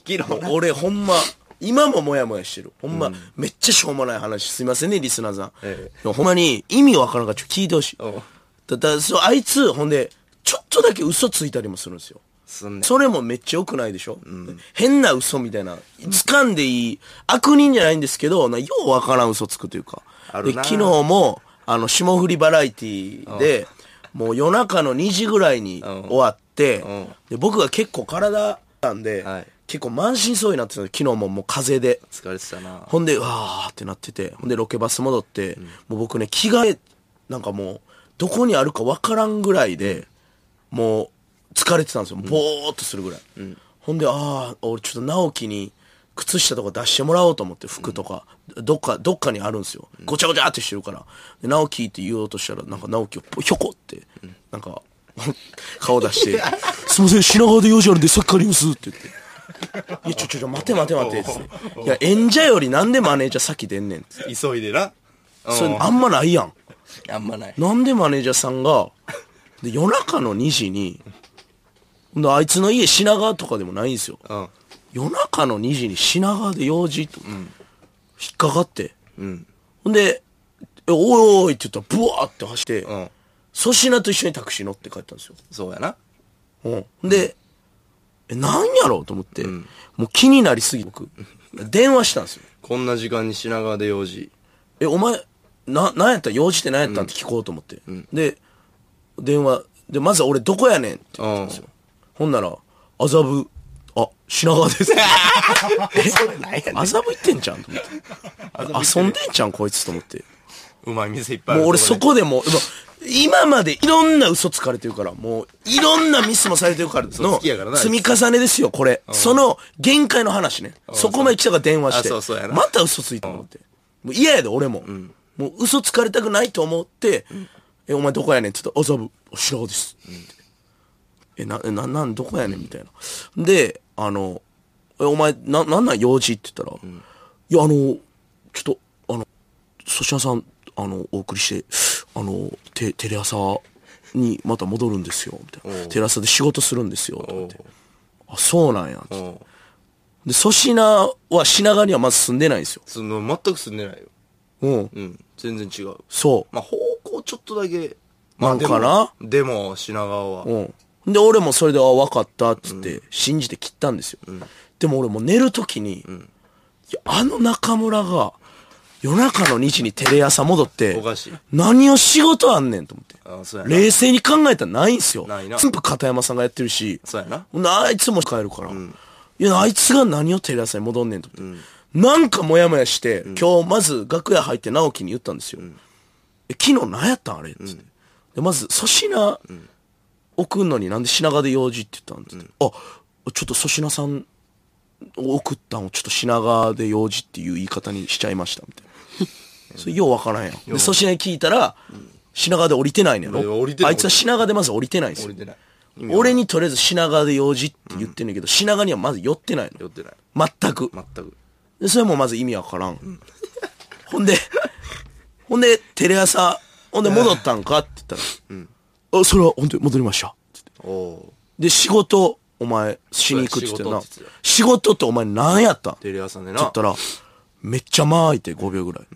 俺ほんま、今ももやもやしてる。ほんま、めっちゃしょうもない話。すいませんね、リスナーさん。でもほんまに意味わからんから聞いてほしい。あいつ、ほんで、ちょっとだけ嘘ついたりもするんですよ。それもめっちゃ良くないでしょ、変な嘘みたいな。掴んでいい、悪人じゃないんですけど、ようわからん嘘つくというか。で、昨日も、霜降りバラエティで、もう夜中の2時ぐらいに終わって、で僕が結構体なんで、結構満身創痍になってたんで、昨日ももう風邪で。 疲れてたな。 ほんで、わーってなってて、ほんでロケバス戻って、もう僕ね、着替え、なんかもう、どこにあるかわからんぐらいで、もう、疲れてたんですよ。ぼーっとするぐらい。ほんで、俺ちょっと直樹に、靴下とか出してもらおうと思って、服とか、どっかにあるんですよ。ごちゃごちゃってしてるから。で、直樹って言おうとしたら、なんか直樹をひょこって、なんか、顔出して、すいません、品川で用事あるんでさっきから言いますって言って。いや、待てって。いや、演者よりなんでマネージャー先出んねん。 急いでな。 それあんまないやん。 あんまない。 なんでマネージャーさんが、で、夜中の2時に、あいつの家品川とかでもないんですよ。夜中の2時に品川で用事と、引っかかって。ほんで、おいって言ったら、ブワーって走って、粗品と一緒にタクシー乗って帰ったんですよ。 そうやな。 で、なんやろうと思って、もう気になりすぎ、僕、電話したんですよ。 こんな時間に品川で用事。 お前、なんやったん用事ってなんやったんって聞こうと思って。で、電話、で、まず俺どこやねんって言ったんですよ。ほんなら、麻布、品川です。麻布行ってんじゃんと思って。遊んでんじゃんこいつと思って。 うまい店いっぱいある。 もう俺そこでもう、今までいろんな嘘つかれてるから、もういろんなミスもされてるからの積み重ねですよ、これ。その限界の話ね。そこまで来たから電話して。また嘘ついたと思って。もう嫌やで、俺も。もう嘘つかれたくないと思って、お前どこやねんって言ったら、麻布、品川です。どこやねんみたいな。で、お前、なん用事って言ったら、いや、ちょっと、粗品さん、お送りして、テレ朝にまた戻るんですよ、みたいな。テレ朝で仕事するんですよ、と思って。そうなんや、つって。で、粗品は品川にはまず住んでないんですよ。 全く住んでないよ。全然違う。 そう。 まあ、方向ちょっとだけ。 なんかなでも、品川は。 で、俺もそれで、分かった、つって、信じて切ったんですよ。でも俺も寝るときに、いや、中村が、夜中の2時にテレ朝戻って、何を仕事あんねんと思って。冷静に考えたらないんすよ。全部片山さんがやってるし、あいつも帰るから。いや、あいつが何をテレ朝に戻んねんと思って。なんかモヤモヤして、今日まず楽屋入って直樹に言ったんですよ。昨日何やったんあれつって。で、まず粗品送んのになんで品川で用事って言ったんつって。ちょっと粗品さん送ったんをちょっと品川で用事っていう言い方にしちゃいましたみたいな。それようわからんやん。で、粗品に聞いたら、品川で降りてないのやろ。あいつは品川でまず降りてないんですよ。俺にとりあえず品川で用事って言ってんねんけど、品川にはまず寄ってないの。全く。で、それもまず意味わからん。ほんで、テレ朝、ほんで戻ったんかって言ったら、それはほんとに戻りました。で、仕事、お前、しに行くって言ってんな。仕事ってお前何やったんテレ朝でな。 って言ったら、めっちゃ間空いて5秒ぐらい。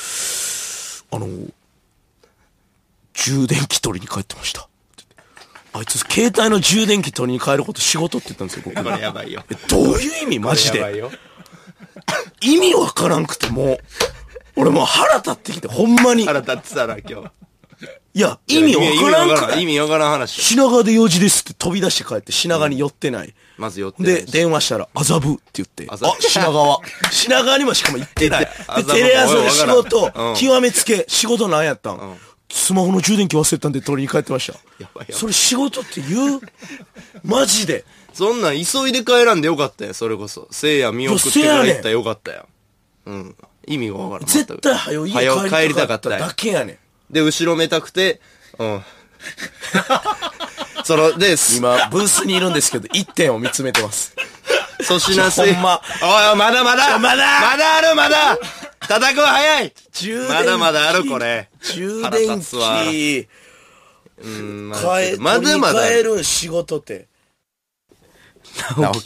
充電器取りに帰ってました。あいつ、携帯の充電器取りに帰ること仕事って言ったんですよ、僕。 これやばいよ。 どういう意味マジで。意味わからんくて、もう、俺もう腹立ってきて、ほんまに。 腹立ってたな、今日。 いや、意味わからんくて。 意味わからん話。 品川で用事ですって飛び出して帰って、品川に寄ってない。 まず寄ってない。 で、電話したら、麻布って言って。品川。品川にもしかも行ってない。で、テレ朝の仕事、極めつけ、仕事なんやったんスマホの充電器忘れたんで取りに帰ってました。それ仕事って言うマジで。 そんなん急いで帰らんでよかったよ、それこそ。せいや見送ってから行ったらよかったよ。意味がわからん。 絶対早家帰りたかっただけやねん。 で、後ろめたくて、で、 今、ブースにいるんですけど、一点を見つめてます。 粗品せい。 ほんま。 おい、まだある叩くは早いまだある、これ。 充電器。 まだ帰る仕事って。 直樹。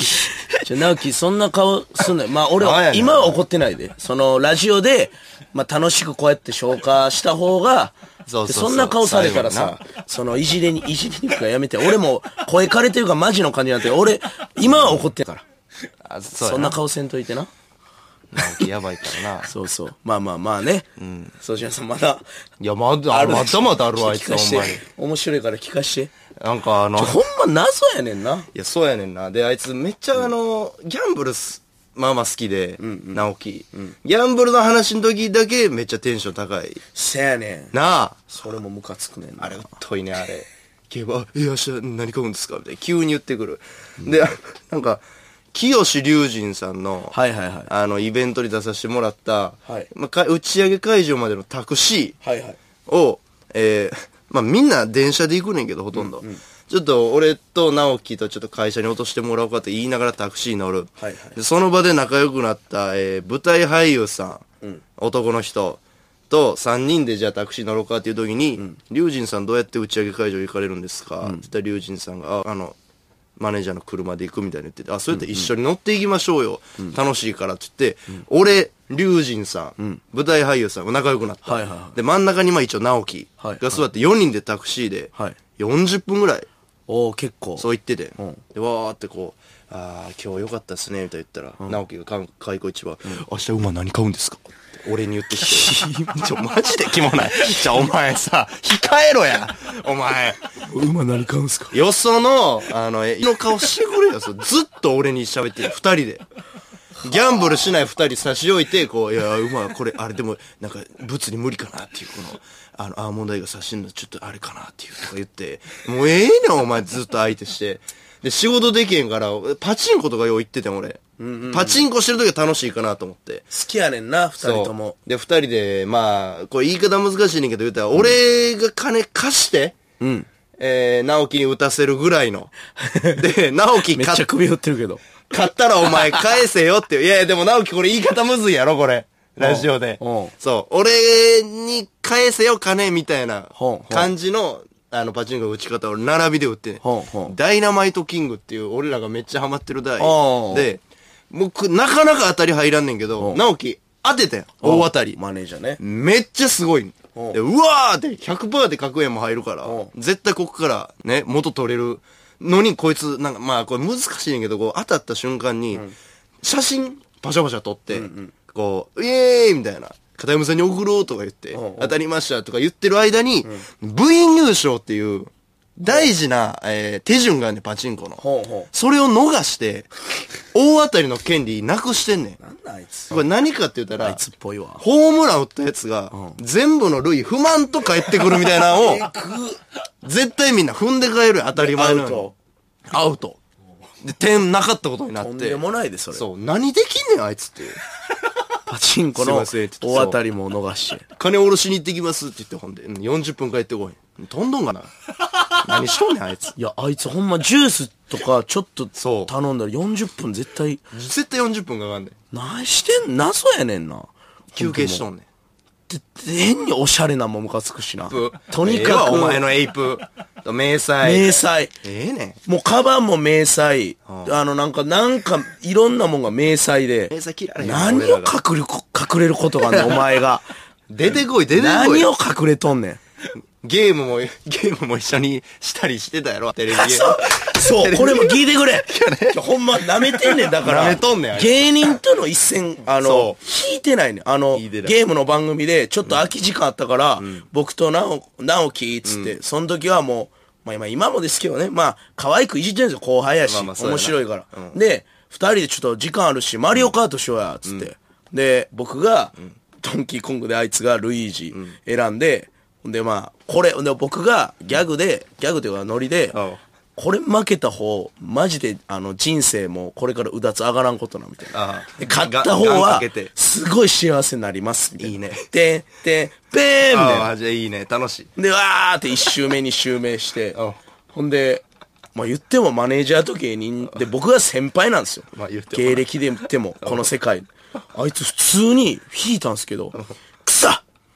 直樹そんな顔すんなよ。まあ俺は、 なんやねん今は怒ってないで。その、ラジオで、まあ楽しくこうやって消化した方が、 そうそうそうそんな顔されたらさ最、 そのいじりにかやめて。俺も声枯れてるからマジの感じになって、俺、今は怒ってるから。 あ、そうやそんな顔せんといてな。 直樹やばいからな。 そうそう。まあまあまあね。うん。そうじゃさんまだ、 いや、まだあるわ、あいつ、 聞かしてほんまに。。 面白いから聞かして。 なんかほんま謎やねんな。 いや、そうやねんな。で、あいつめっちゃギャンブルまあまあ好きで、直樹。ギャンブルの話の時だけめっちゃテンション高い。 せやねん。 なあ。 それもムカつくねんな。 あれ、うっといね、あれ。競馬、明日何買うんですかみたいな。急に言ってくる。で、なんか、清志隆人さんの、 はいはいはい。 イベントに出させてもらった、 はいまあ、打ち上げ会場までのタクシはいはい。 ーを、まあみんな電車で行くねんけど、ほとんど。ちょっと俺と直樹とちょっと会社に落としてもらおうかって言いながらタクシーに乗る。 はいはいでその場で仲良くなった、舞台俳優さん、男の人と3人でじゃあタクシー乗ろうかっていう時に、龍神さんどうやって打ち上げ会場行かれるんですかって言ったら龍神さんが、マネージャーの車で行くみたいに言ってて、そうやって一緒に乗っていきましょうよ。楽しいからって言って、俺、龍神さん、舞台俳優さんが仲良くなった。 はいはいはいで、真ん中に一応直樹が座って4人でタクシーで、 はい 40分ぐらい、 おー、結構。 そう言ってて、 んで、わーってこう、今日良かったっすね、みたいな言ったら、直樹が開口一番、明日馬何買うんですかって俺に言ってきて、マジでキモない。お前さ、控えろや、お前。 馬何買うんすか？ よその、の顔してくれよ、ずっと俺に喋ってる、二人で。ギャンブルしない二人差し置いて、こう、いや、馬これ、あれでも、なんか、物に無理かなっていう、この、アーモンドアイが差しんのちょっとあれかなっていうとか言って、もうええねん、お前ずっと相手して。で、仕事できへんから、パチンコとかよう言っててん、俺。パチンコしてる時は楽しいかなと思って。 好きやねんな、二人とも。 で、二人で、まあ、これ言い方難しいねんけど言ったら、俺が金貸して、直樹に打たせるぐらいの。で、直樹めっちゃ首振ってるけど。 買ったらお前返せよっていう。いやいや、でも直樹これ言い方むずいやろ、これ。ラジオで。そう。俺に返せよ、金みたいな感じの、パチンコの打ち方を並びで打ってね。ダイナマイトキングっていう、俺らがめっちゃハマってる台。で、僕、なかなか当たり入らんねんけど、直樹当ててん。大当たり。 マネージャーね。 めっちゃすごい。で、うわーって100%で100円も入るから、絶対ここからね、元取れるのに、こいつ、なんか、まあ、これ難しいねんけど、こう、当たった瞬間に、写真、パシャパシャ撮って、こう、イエーイみたいな。片山さんに送ろうとか言って、当たりましたとか言ってる間に、部員優勝っていう、大事な、手順があんねん、パチンコの。それを逃して、大当たりの権利なくしてんねん。 なんだあいつ。 これ何かって言ったら、 あいつっぽいわ。 ホームラン打ったやつが、全部の塁不満と帰ってくるみたいなのを、絶対みんな踏んで帰るよ、当たり前のように。アウト。で、点なかったことになって。 とんでもないで、それ。 そう、何できんねん、あいつっていう。 パチンコの大当たりも逃して。 金下ろしに行ってきますって言って、ほんで、40分帰ってこい。とんどんかな。何しとんねん、あいつ。 いや、あいつほんまジュースとかちょっと頼んだら40分絶対。 絶対40分かかんねん。 何してん謎やねんな。 休憩しとんねん。 で、変におしゃれなもムカつくしな。とにかく。 お前のエイプ。迷彩。 迷彩。 ねん。 もうカバンも迷彩。なんか、いろんなもんが迷彩で。 迷彩嫌い。 何を隠れることがあんねん、お前が。 出てこい。 何を隠れとんねん。 ゲームも一緒にしたりしてたやろ、テレビで。 そう、これも聞いてくれ。ほんま舐めてんねん、だから。 舐めとんねん、 芸人との一線、引いてないねん。ゲームの番組で、ちょっと空き時間あったから、僕と直樹、つって、その時はもう、まあ今もですけどね、まあ、可愛くいじってるんですよ、後輩やし。面白いから。で、二人でちょっと時間あるし、マリオカートしようや、つって。で、僕が、ドンキーコングであいつがルイージ選んで、で、まあ、で僕がギャグというかノリで、これ負けた方、マジで、人生もこれからうだつ上がらんことな、みたいな。で、勝った方は、すごい幸せになります、みたいな。 いいね。 で、ペーみたいな。 じゃあいいね、楽しい。 で、わーって1周目、2周目して、ほんで、まあ言ってもマネージャーと芸人で、僕が先輩なんですよ。芸歴で言っても、この世界。あいつ普通に引いたんですけど、くそ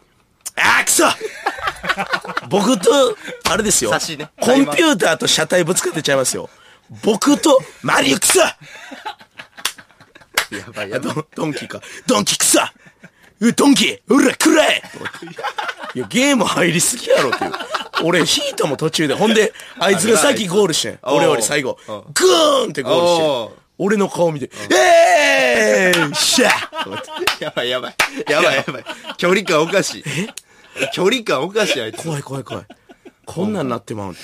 僕と、あれですよ、コンピューターと車体ぶつかってちゃいますよ。僕と、マリオクソやばいやばい。 ドンキか。ドンキくさドンキうらくらえいや、ゲーム入りすぎやろっていう。俺、引いたもん途中で。ほんで、あいつが先ゴールしてん。俺より最後。グーンってゴールしてん。俺の顔見て、シャーやばいやばい。やばいやばい。距離感おかしい。距離感おかしい、あいつ。 怖い。こんなんなってまうっていう。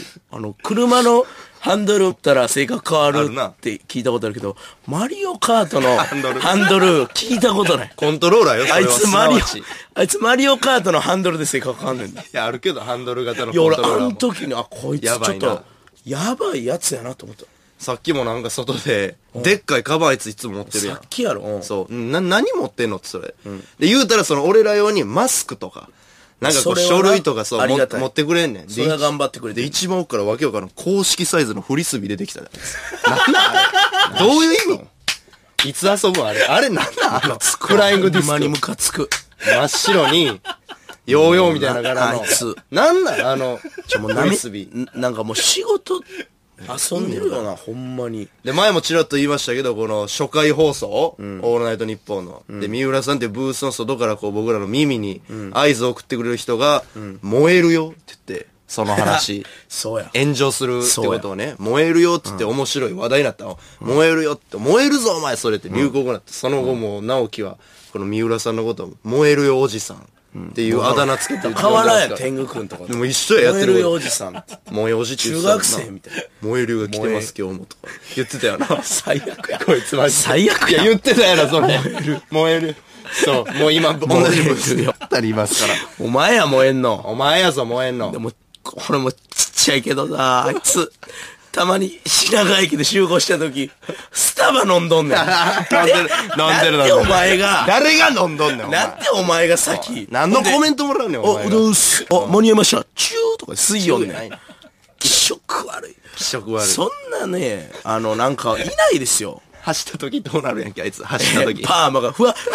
車のハンドル打ったら性格変わるって聞いたことあるけど、マリオカートのハンドル聞いたことない。 コントローラーよ、それは。 あいつマリオカートのハンドルで性格変わんねんだ。 いや、あるけど、ハンドル型のコントローラー。 いや、俺、あの時に、こいつちょっと、やばいやつやなと思った。 さっきもなんか外で、でっかいカバンあいついつも持ってるやん。 さっきやろ。 そう。何持ってんのってそれ。で、言うたら俺ら用にマスクとか、なんか書類とか持ってくれんねん。 それは頑張ってくれて。 で、一番奥からわけわからん公式サイズのフリスビー出てきたじゃん。なんなんあれどういう意味いつ遊ぶあれなんなんフライングディスク。 今にムカつく。 真っ白に、ヨーヨーみたいな柄の。 あいつ。 なんなんもうフリスビー。なんかもう仕事、遊んでるよな、ほんまに。 で、前もちらっと言いましたけど、この初回放送、オールナイトニッポンの。で、三浦さんってブースの外から僕らの耳に合図を送ってくれる人が、燃えるよって言って、その話。 そうや。 炎上するってことをね、燃えるよって言って面白い話題になったの。燃えるよって、燃えるぞお前それって流行語になって、その後も直樹は、この三浦さんのことを、燃えるよおじさん。っていうあだ名つけてる。 変わらんやん、天狗くんとか。 でも一緒ややってる。 燃えるよおじさんって。 燃えおじって言って中学生みたいな。 燃えるよが来てます今日もとか。言ってたよな。 最悪や。 こいつマジで。 最悪や。 いや、言ってたやろ、それ。燃える。そう。もう今、同じブースに2人いますから。 お前や燃えんの。 お前やぞ、燃えんの。 でも、これもちっちゃいけどさ、あいつ、たまに品川駅で集合した時、スタバ飲んどんねん。 飲んでる。 なんでお前が、 誰が飲んどんねん、 なんでお前が先。 何のコメントもらうねん、お前が。 どうす。間に合いました。チューとか水曜ねん。気色悪い。 気色悪い。 そんなね、なんか、いないですよ。 走った時どうなるやんけ、あいつ。走った時。 パーマが、ふわって、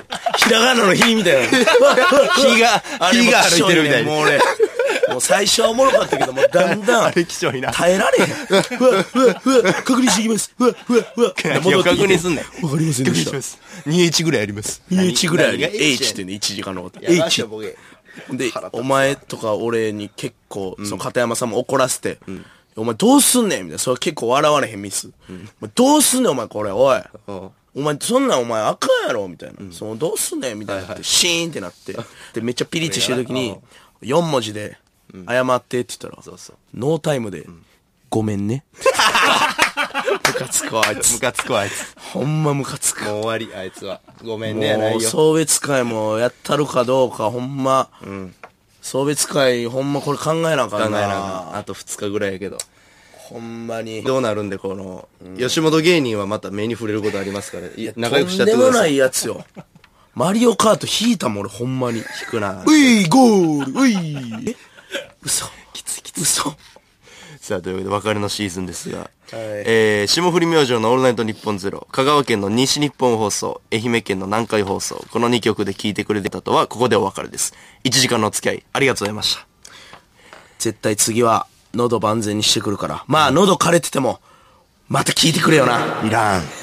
ひらがなの火みたいな。 火が歩いてるみたいに。 もう俺、もう最初はおもろかったけど、もうだんだん、 あれ、貴重いな。 耐えられへん。確認していきます。 確認すんねん。 わかりませんでした。 2H ぐらいあります。 2H ぐらいあります。H ってね、1時間のこと。H。で、お前とか俺に結構、その片山さんも怒らせて、お前どうすんねんみたいな。それ結構笑われへんミス。どうすんねんお前これ、おい。お前、そんなんお前あかんやろみたいな。その、どうすんねんみたいなって、シーンってなって。で、めっちゃピリッとしてる時に、4文字で、謝ってって言ったら、ノータイムで、ごめんね。ムカつくわ、あいつ。 ムカつくわ、あいつ。 ほんまムカつく。 もう終わり、あいつは。ごめんね、やないよ。 送別会もやったるかどうか、ほんま。送別会、ほんまこれ考えなあかんな。 あと2日ぐらいやけど。 ほんまに。 どうなるんで、この、吉本芸人はまた目に触れることありますから、仲良くしちゃってください。 とんでもないやつよ。マリオカート引いたもん俺、ほんまに。引くな。 うい、ゴール、うい。嘘。 きつい。 嘘。 さあ、というわけで別れのシーズンですが、霜降り明星のオールナイトニッポンゼロ、香川県の西日本放送、愛媛県の南海放送、この2曲で聴いてくれてたとは、ここでお別れです。1時間のお付き合い、ありがとうございました。 絶対次は、喉万全にしてくるから。まあ、喉枯れてても、また聞いてくれよな。 いらん。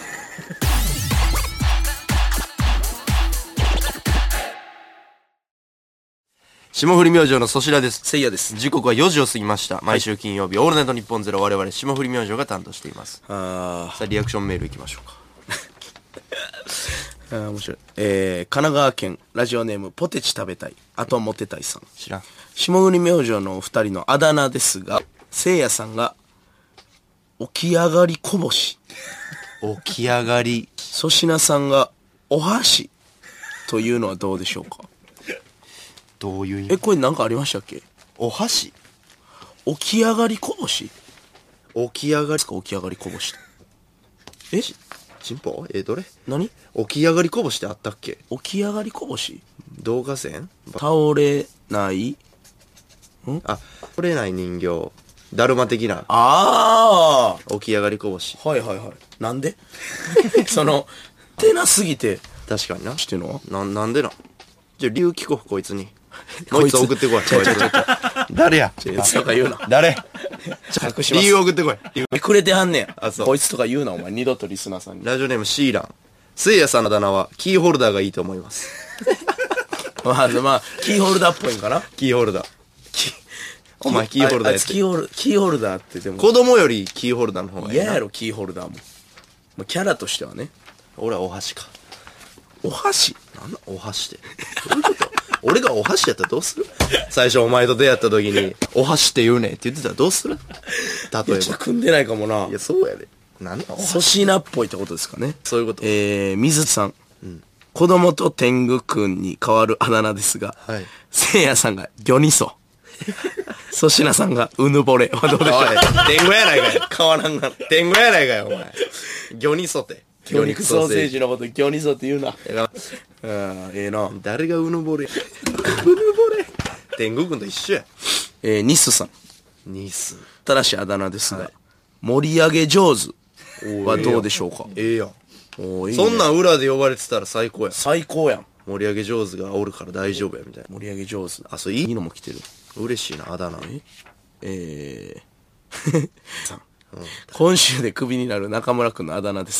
霜降り明星の粗品です。 せいやです。 時刻は4時を過ぎました。毎週金曜日、オールナイトニッポンゼロ、我々霜降り明星が担当しています。さあ、リアクションメールいきましょうか。 面白い。神奈川県ラジオネームポテチ食べたい。あとモテたいさん。 知らん。 霜降り明星のお二人のあだ名ですが、せいやさんが、起き上がりこぼし。 起き上がり。 粗品さんが、お箸。というのはどうでしょうか。 どういう意味？ これなんかありましたっけ？ お箸？ 起き上がりこぼし？ 起き上がり？ 起き上がりこぼし。 チンポ？どれ？ 何？ 起き上がりこぼしってあったっけ？ 起き上がりこぼし？ 動画線？ 倒れない？ 倒れない人形。だるま的な。 ああ！ 起き上がりこぼし。 はいはいはい。なんで？てなすぎて。 確かにな。 してんの？ なんでな。じゃあ理由聞こう、こいつに。もう一つ送ってこい。誰や？ とか言うな。 誰？ 隠します。 理由送ってこい。 くれてはんねん。 あそうこいつとか言うな、お前。二度とリスナーさんに。 ラジオネームシーラン。せいやさんのあだ名はキーホルダーがいいと思います。 まあ、キーホルダーっぽいんかな。 キーホルダー。お前キーホルダーやって。 キーホルダーってでも。 子供よりキーホルダーの方がいいな。 嫌やろ、キーホルダーも。まあ、キャラとしてはね。 俺はお箸か。 お箸なんだお箸って。どういうこと俺がお箸やったらどうする最初お前と出会った時に、お箸って言うねんって言ってたらどうする例えば。 ちょっと組んでないかもな。 いや、そうやで。なんだお箸。 粗品っぽいってことですかね。 そういうこと。 水さん。子供と天狗くんに変わるあだ名ですが、 はい。 せいやさんがギョニソ。粗品さんがうぬぼれ。はどうでしょう。 天狗やないかよ。 変わらんが。 天狗やないかよ、お前。魚にそて。 魚肉ソーセージのことギョニソって言うな。 やええな。 誰がうぬぼれや。うぬぼれ。天狗くんと一緒や。 ニスさん。 ニス。 新しいあだ名ですが、盛り上げ上手はどうでしょうか。 ええやん。 おーいいねそんなん裏で呼ばれてたら最高やん。 最高やん。 盛り上げ上手がおるから大丈夫やみたいな。 盛り上げ上手。 あ、そういいいいのも来てる。 嬉しいな、あだ名。 さん今週でクビになる中村くんのあだ名です。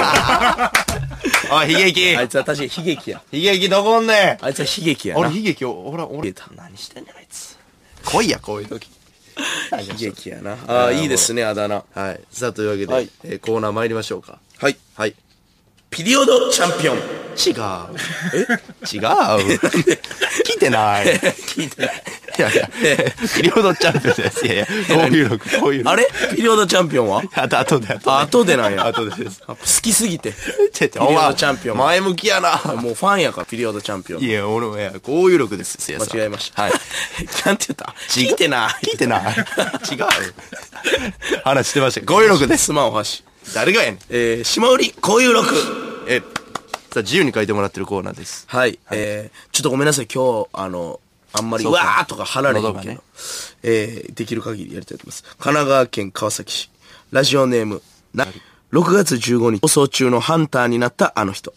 おい、悲劇あいつは確かに悲劇や。 悲劇どこんねんあいつは悲劇やな。 俺悲劇、俺、何してんねん、あいつ。来いや、こういう時。 悲劇やな。ああ、いいですね、あだ名。 はい。さあ、というわけで、 はいコーナー参りましょうか。 はい。 はい。 ピリオドチャンピオン。 違う。違う。聞いてない。 聞いてない。 いやいや、ピリオドチャンピオンです。いやいや、こういうの。 あれピリオドチャンピオンは後で。 後でなんや。 後でです。 好きすぎて。 ピリピリオドチャンピオン前向きやな。 もうファンやから、ピリオドチャンピオン。 いや、俺も、いや、こういう力です、せいやさん。 間違えました。 はい。 なんて言った聞いてない。 聞いてない。違う。話してました。こういう力です。 すまんお箸。 誰がやねん。 島売り、こういう録。 さあ、自由に書いてもらってるコーナーです。 はい。ちょっとごめんなさい、今日、あんまり、うわーとか離れへんけど、 喉がねできる限りやりたいと思います。神奈川県川崎市、ラジオネーム、6月15日放送中のハンターになったあの人。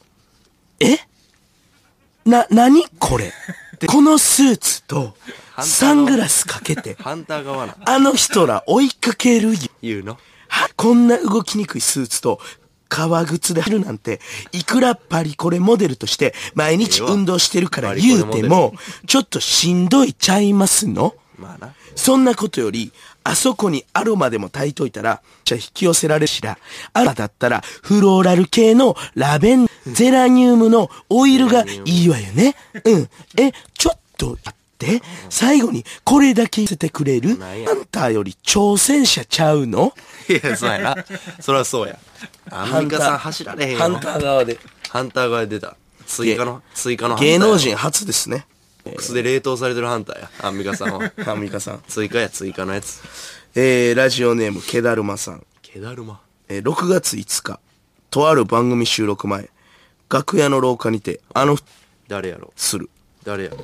何これこのスーツと、サングラスかけて、 ハンター側な。 あの人ら追いかけるよ。 言うのこんな動きにくいスーツと、革靴で走るなんて、いくらパリコレモデルとして毎日運動してるから言うても、ちょっとしんどいちゃいますの？ まあな。 そんなことより、あそこにアロマでも炊いといたら、じゃ引き寄せられるしら、アロマだったらフローラル系のラベン、ゼラニウムのオイルがいいわよね。うん。ちょっと待って。最後にこれだけ見せてくれるハンターより挑戦者ちゃうの？ いや、そうやな。そりゃそうや。アンミカさん走られへんよ。 ハンター側で。 ハンター側で出た。追加のハンターや。 芸能人初ですね。 ボックスで冷凍されてるハンターや。アンミカさんは。 アンミカさん。 追加のやつ。 ラジオネーム、ケダルマさん。 ケダルマ。 6月5日、とある番組収録前、楽屋の廊下にて、 誰やろする。 誰やろ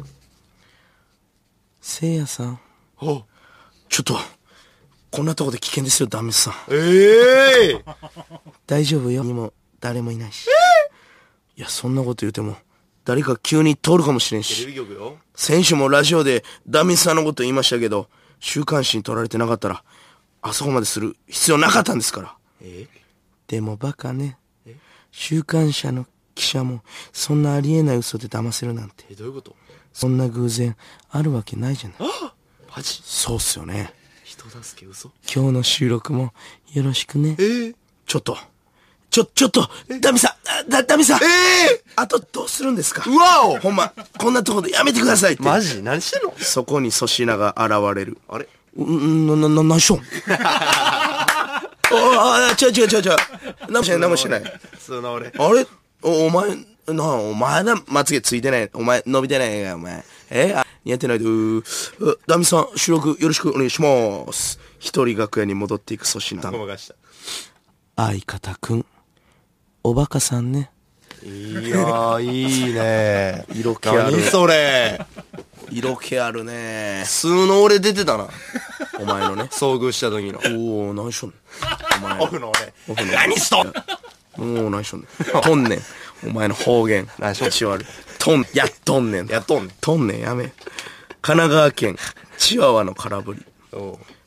せいやさん。 おちょっと、こんなとこで危険ですよ、ダメさん。大丈夫よ。にも、誰もいないし。いや、そんなこと言うても、誰か急に通るかもしれんテレし。 ビ局よ。 先週もラジオでダミさんのこと言いましたけど、週刊誌に撮られてなかったら、あそこまでする必要なかったんですから。でもバカね。週刊誌の記者も、そんなありえない嘘で騙せるなんて。 どういうことそんな偶然、あるわけないじゃない。 マジそうっすよね。 人助け嘘今日の収録も、よろしくね。ちょっと、ダミさん、ダミさんあとどうするんですか？ うわおほんま、こんなところでやめてくださいって。 マジ何してんのそこに粗品が現れる。 あれ何しょん違う。何もしてない。 その俺。 あれお前だ、まつげついてない。お前、伸びてないや、お前。似合ってないで、ダミさん、収録よろしくお願いします。一人楽屋に戻っていく粗品さん。 ごまかした。 相方くん、おバカさんね。 いやー、いいね。 色気ある。 何それ。 色気あるね。 数の俺出てたな。 お前のね。 遭遇した時の。 おー、何しょんねん。お前。 オフの俺。 何しとんもう何しょんねん。とんねん。お前の方言。 何しょん口悪い。やっとんねん。 やっとんねん。 とんねんやめ。神奈川県、チワワの空振り。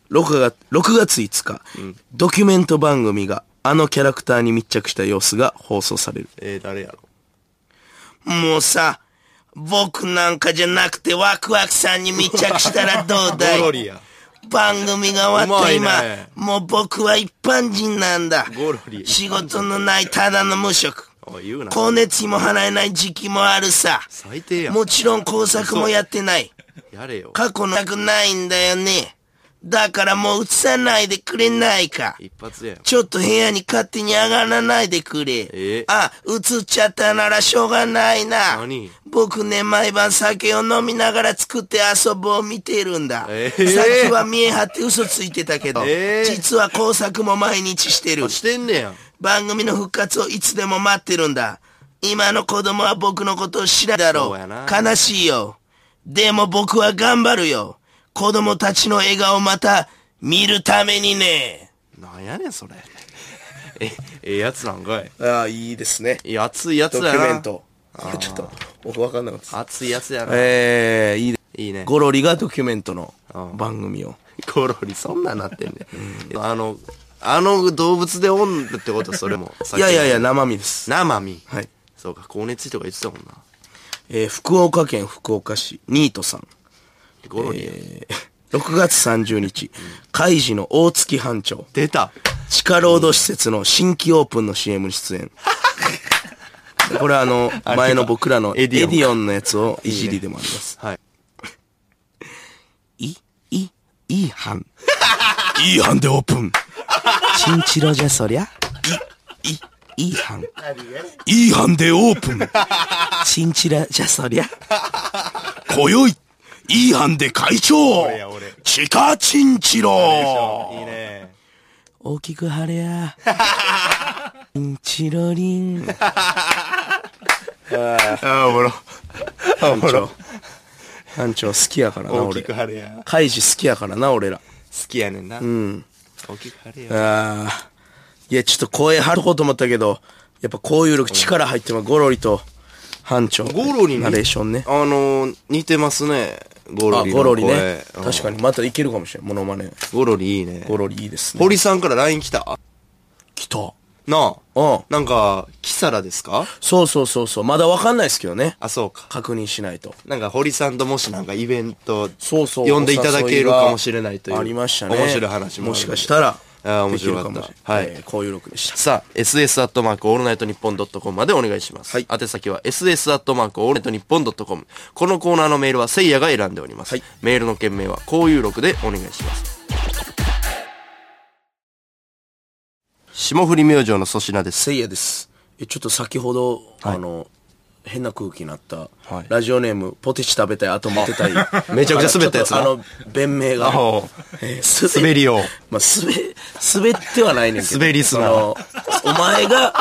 6月5日、ドキュメント番組があのキャラクターに密着した様子が放送される。 誰やろ。 もうさ、僕なんかじゃなくてワクワクさんに密着したらどうだい。 ゴロリや。 番組が終わった今、 ね、 もう僕は一般人なんだ。 ゴロリ。 仕事のないただの無職。光熱費も払えない時期もあるさ。 最低やん。 もちろん工作もやってない。 やれよ。 過去なくないんだよね。だからもう映さないでくれないか。 一発やん。 ちょっと部屋に勝手に上がらないでくれ。あ、映っちゃったならしょうがないな。 何？ 僕ね、毎晩酒を飲みながら作って遊ぼう見てるんだ。さっきは見え張って嘘ついてたけど、実は工作も毎日してる。 してんねやん。 番組の復活をいつでも待ってるんだ。今の子供は僕のことを知らんだろう。悲しいよ。でも僕は頑張るよ。子供たちの笑顔をまた見るためにね。 なんやねんそれ。やつなんかい。 ああ、いいですね。 いや、熱いやつやな。 ドキュメント。ちょっと、僕わかんなかった。 熱いやつやな。 いいね。ゴロリがドキュメントの番組を。 ゴロリ、そんなんなってんね。あの動物でおんってことそれも。 いや、生身です。 生身。 はい。 そうか、光熱費とか言ってたもんな。 福岡県福岡市、ニートさん。 ゴロリ 6月30日、海事の大月班長。 出た。 地下労働施設の新規オープンの CM に出演。これ前の僕らのエディオンのやつをいじりでもあります。 はい。 いい班。いい班でオープン。チンチロじゃそりゃ。いい班。いい班でオープン。チンチラじゃそりゃ。今宵、いい班で会長。チカチンチロ。 いいね。 大きく晴れや。チンチロリン。 おもろ。 班長好きやからな、俺。 大きく晴れや。 カイジ好きやからな、俺ら。 好きやねんな。 うん。 大きく晴れや。 いや、ちょっと声張ること思ったけど、やっぱこういう力入ってます。ゴロリと班長。 ゴロリナレーションね。 似てますね。ゴロリの声。 ゴロリね。確かに、またいけるかもしれん、モノマネ。 ゴロリいいね。 ゴロリいいですね。 堀さんから LINE 来た？ 来た。 なあ。なんか、キサラですか？ そう。まだわかんないですけどね。 あ、そうか。 確認しないと。 なんか、堀さんともしなんかイベント、 呼呼んでいただけるかもしれないという。 ありましたね。 面白い話も。 もしかしたら。 面白かった。はい。 こういう録でした。 さあ、ss アットマークオールナイトニッポンドットコムまでお願いします。はい。宛先は ss アットマークオールナイトニッポンドットコム。このコーナーのメールはせいやが選んでおります。はい。メールの件名はこういう録でお願いします。霜降り明星の粗品です。 せいやです。ちょっと先ほど、変な空気になった、ラジオネーム、ポテチ食べたい、あとモテたい。 めちゃくちゃ滑ったやつな。 弁明が。 滑りを。 まあ、滑ってはないねんけど。 滑りすな。 お前が、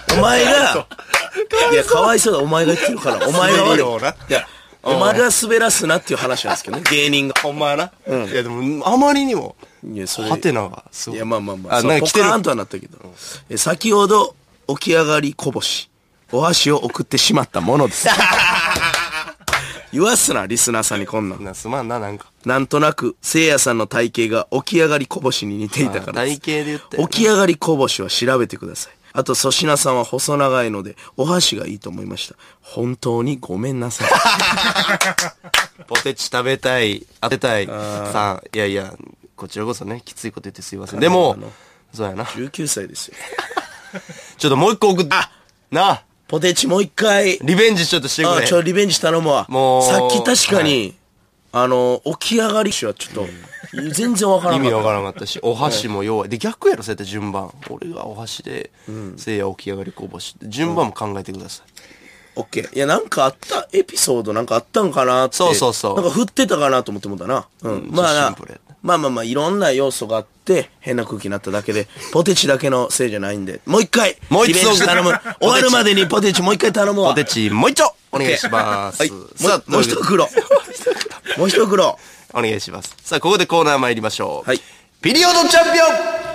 いや、かわいそうだ、お前が言ってるから、お前が悪い。いや、お前が滑らすなっていう話なんですけどね、芸人が。 ほんまやな。いや、でも、あまりにも、ハテナがすごい。 いや、まあ。なんかポカーンとはなったけど。先ほど、起き上がりこぼし。お箸を送ってしまったものです。言わすな、リスナーさんにこんなん。 すまんな、なんか。 なんとなく、せいやさんの体型が起き上がりこぼしに似ていたからです。 体型で言って。 起き上がりこぼしは調べてください。あと、粗品さんは細長いので、お箸がいいと思いました。本当にごめんなさい。 ポテチ食べたい、当てたい。さあ、いや、こちらこそね、きついこと言ってすいません。でも、そうやな。 19歳ですよ。 ちょっともう一個送って、なあ。 ポテチもう一回。 リベンジちょっとしてくれ。 リベンジ頼むわ。もう。さっき確かに、起き上がりしはちょっと、全然わからなかった。 意味わからなかったし、お箸も弱い。で、逆やろ、そうやって順番。俺がお箸で、せいや起き上がりこぼし。順番も考えてください。 オッケー。いや、なんかあった、エピソードなんかあったんかなって。 そう。 なんか振ってたかなと思ってもんだな。まあ、いろんな要素があって、変な空気になっただけで、ポテチだけのせいじゃないんで、もう一回、リベンジ頼む。終わるまでにポテチもう一回頼むわ。 ポテチもう一丁お願いします。はい。 さあ、もう一袋。もう一袋。 お願いします。さあ、ここでコーナー参りましょう。 はい。 ピリオドチャンピオン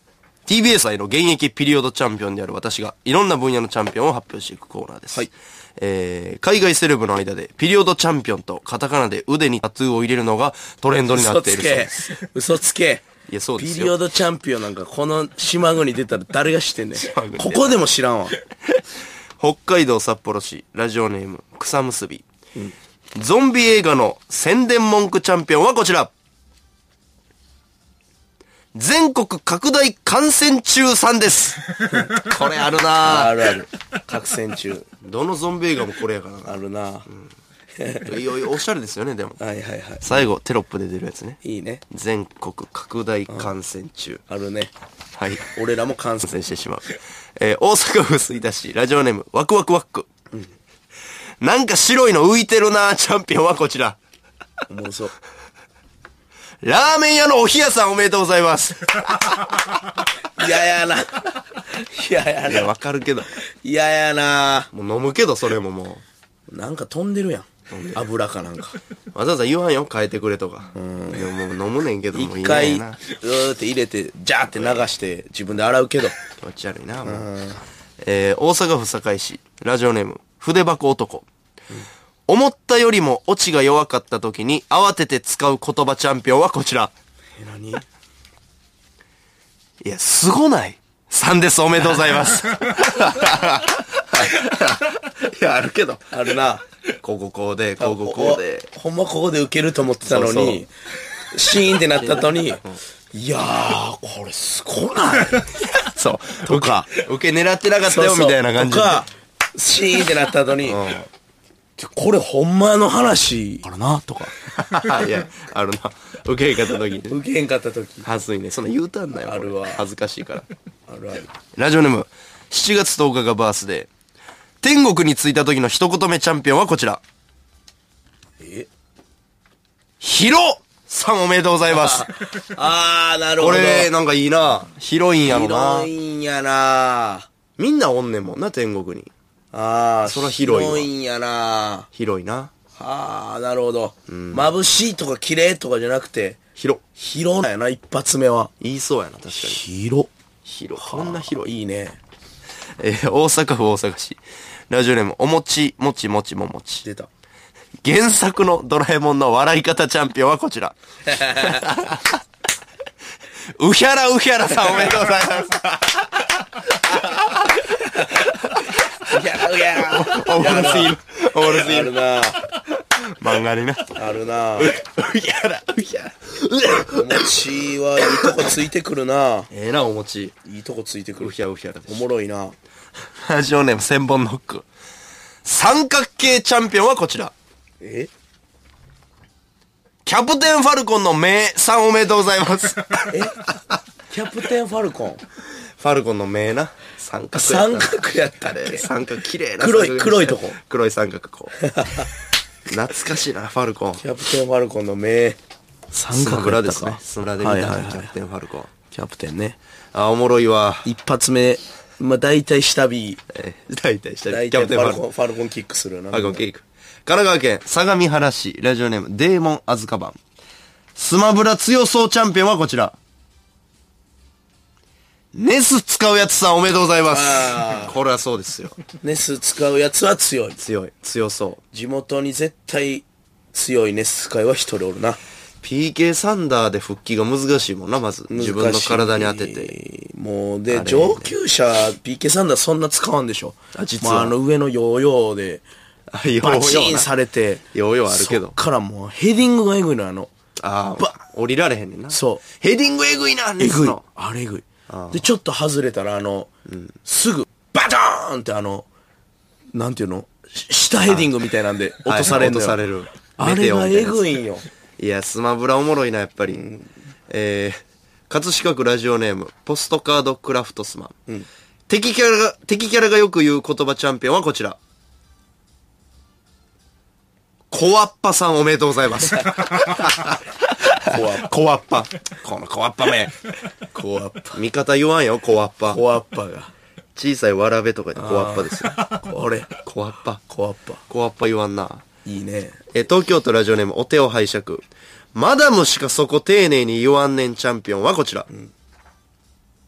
TBS 愛の現役ピリオドチャンピオンである私がいろんな分野のチャンピオンを発表していくコーナーです。はい。 海外セレブの間でピリオドチャンピオンとカタカナで腕にタトゥーを入れるのがトレンドになっているそうです。 嘘つけ。 いや、そうですよ。 ピリオドチャンピオンなんかこの島国出たら誰が知ってんねん。ここでも知らんわ。 北海道札幌市ラジオネーム草結び、ゾンビ映画の宣伝文句チャンピオンはこちら。全国拡大感染中さんです。これあるなあるある。拡散中。 どのゾンビ映画もこれやからな。 あるな、 おしゃれですよね、でも。 はいはいはい。 最後、テロップで出るやつね。 いいね。 全国拡大感染中。 あるね。 はい。 俺らも感染してしまう。大阪府吹田市、ラジオネーム、ワクワクワック。なんか白いの浮いてるなチャンピオンはこちら。 おもろそう。 ラーメン屋のお冷やさんおめでとうございます。 いややな。いややな。 いや、わかるけど。 いややな。 もう飲むけど、それももう。なんか飛んでるやん。油かなんか。 わざわざ言わんよ、変えてくれとか。でももう飲むねんけどもいいな。一回、って入れて、ジャーって流して自分で洗うけど。 気持ち悪いな、もう。大阪府堺市、ラジオネーム、筆箱男。思ったよりもオチが弱かった時に慌てて使う言葉チャンピオンはこちら。 何？ いや、すごない3です。おめでとうございます。いや、あるけど。 あるな。 こうで、こうで。 ほんまここで受けると思ってたのに、そうシーンってなった後に、いやー、これすごない？ そう。とか、受け狙ってなかったよみたいな感じで。 とか、シーンってなった後に、これほんまの話あるな、とか。 いや、あるな。受けへんかった時に。 受けへんかった時。 はずいね。そんな言うたんなよ。 あるわ。 恥ずかしいから。 あるある。 ラジオネーム、7月10日がバースデー。天国に着いた時の一言目チャンピオンはこちら。ヒロさんおめでとうございます。 なるほど。 これ、なんかいいな。広いんやろな。 広いんやな。 みんなおんねんもんな、天国に。そら広いわ。 広いんやな。 広いな。 なるほど。眩しいとか綺麗とかじゃなくて、広なんやな、一発目は。 言いそうやな、確かに。 広。 こんな広い。 いいね。 大阪府大阪市。ラジオネーム、おもち、もちもちももち。 出た。 原作のドラえもんの笑い方チャンピオンはこちら。うひゃらさんおめでとうございます。おもろすぎる。 あるな。 漫画にな。 あるな。 うひゃら。 お餅はいいとこついてくるな。 な、お餅。 いいとこついてくる。 うひゃら。 おもろいな。 ラジオネーム、千本ノック。三角形チャンピオンはこちら。キャプテンファルコンの目さんおめでとうございます。 キャプテンファルコン。 ファルコンの目な。三角やったね。 三角綺麗な。 黒いとこ。 黒い三角こう。懐かしいな、ファルコン。 キャプテンファルコンの目。 三角やったか。ですね。スムラで見たキャプテンファルコン。 キャプテンね。 おもろいわ。 一発目。大体下火。 大体下火。 キャプテンファルコンキックするよな。 ファルコンキック。神奈川県相模原市ラジオネームデーモンアズカバン。スマブラ強そうチャンピオンはこちら。ネス使うやつさんおめでとうございます。これはそうですよ。 ネス使うやつは強い。 強そう。 地元に絶対強いネス使いは一人おるな。 PK サンダーで復帰が難しいもんな、まず。自分の体に当てて。 もう、で、上級者、PK サンダーそんな使わんでしょ。実は。上のヨーヨーで、バチンされて。 ヨーヨーあるけど。 そっからもう、ヘディングがエグいの、 降りられへんねんな。 そう。 ヘディングエグいな、 ネスの。あれエグい。で、ちょっと外れたら、すぐ、バターンってなんていうの下ヘディングみたいなんで落とされるのよ。 落とされる。 あれがエグいんよ。 いや、スマブラおもろいな、やっぱり。葛飾区ラジオネーム、ポストカードクラフトスマン。敵キャラがよく言う言葉チャンピオンはこちら。コワッパさんおめでとうございます。コワッパ。このコワッパめ。 コワッパ。 味方言わんよ、コワッパ。 コワッパが。 小さいわらべとかでコワッパですよ。 これ。 コワッパ。 コワッパ。 コワッパ言わんな。 いいね。 東京都ラジオネームお手を拝借。マダムしかそこ丁寧に言わんねんチャンピオンはこちら。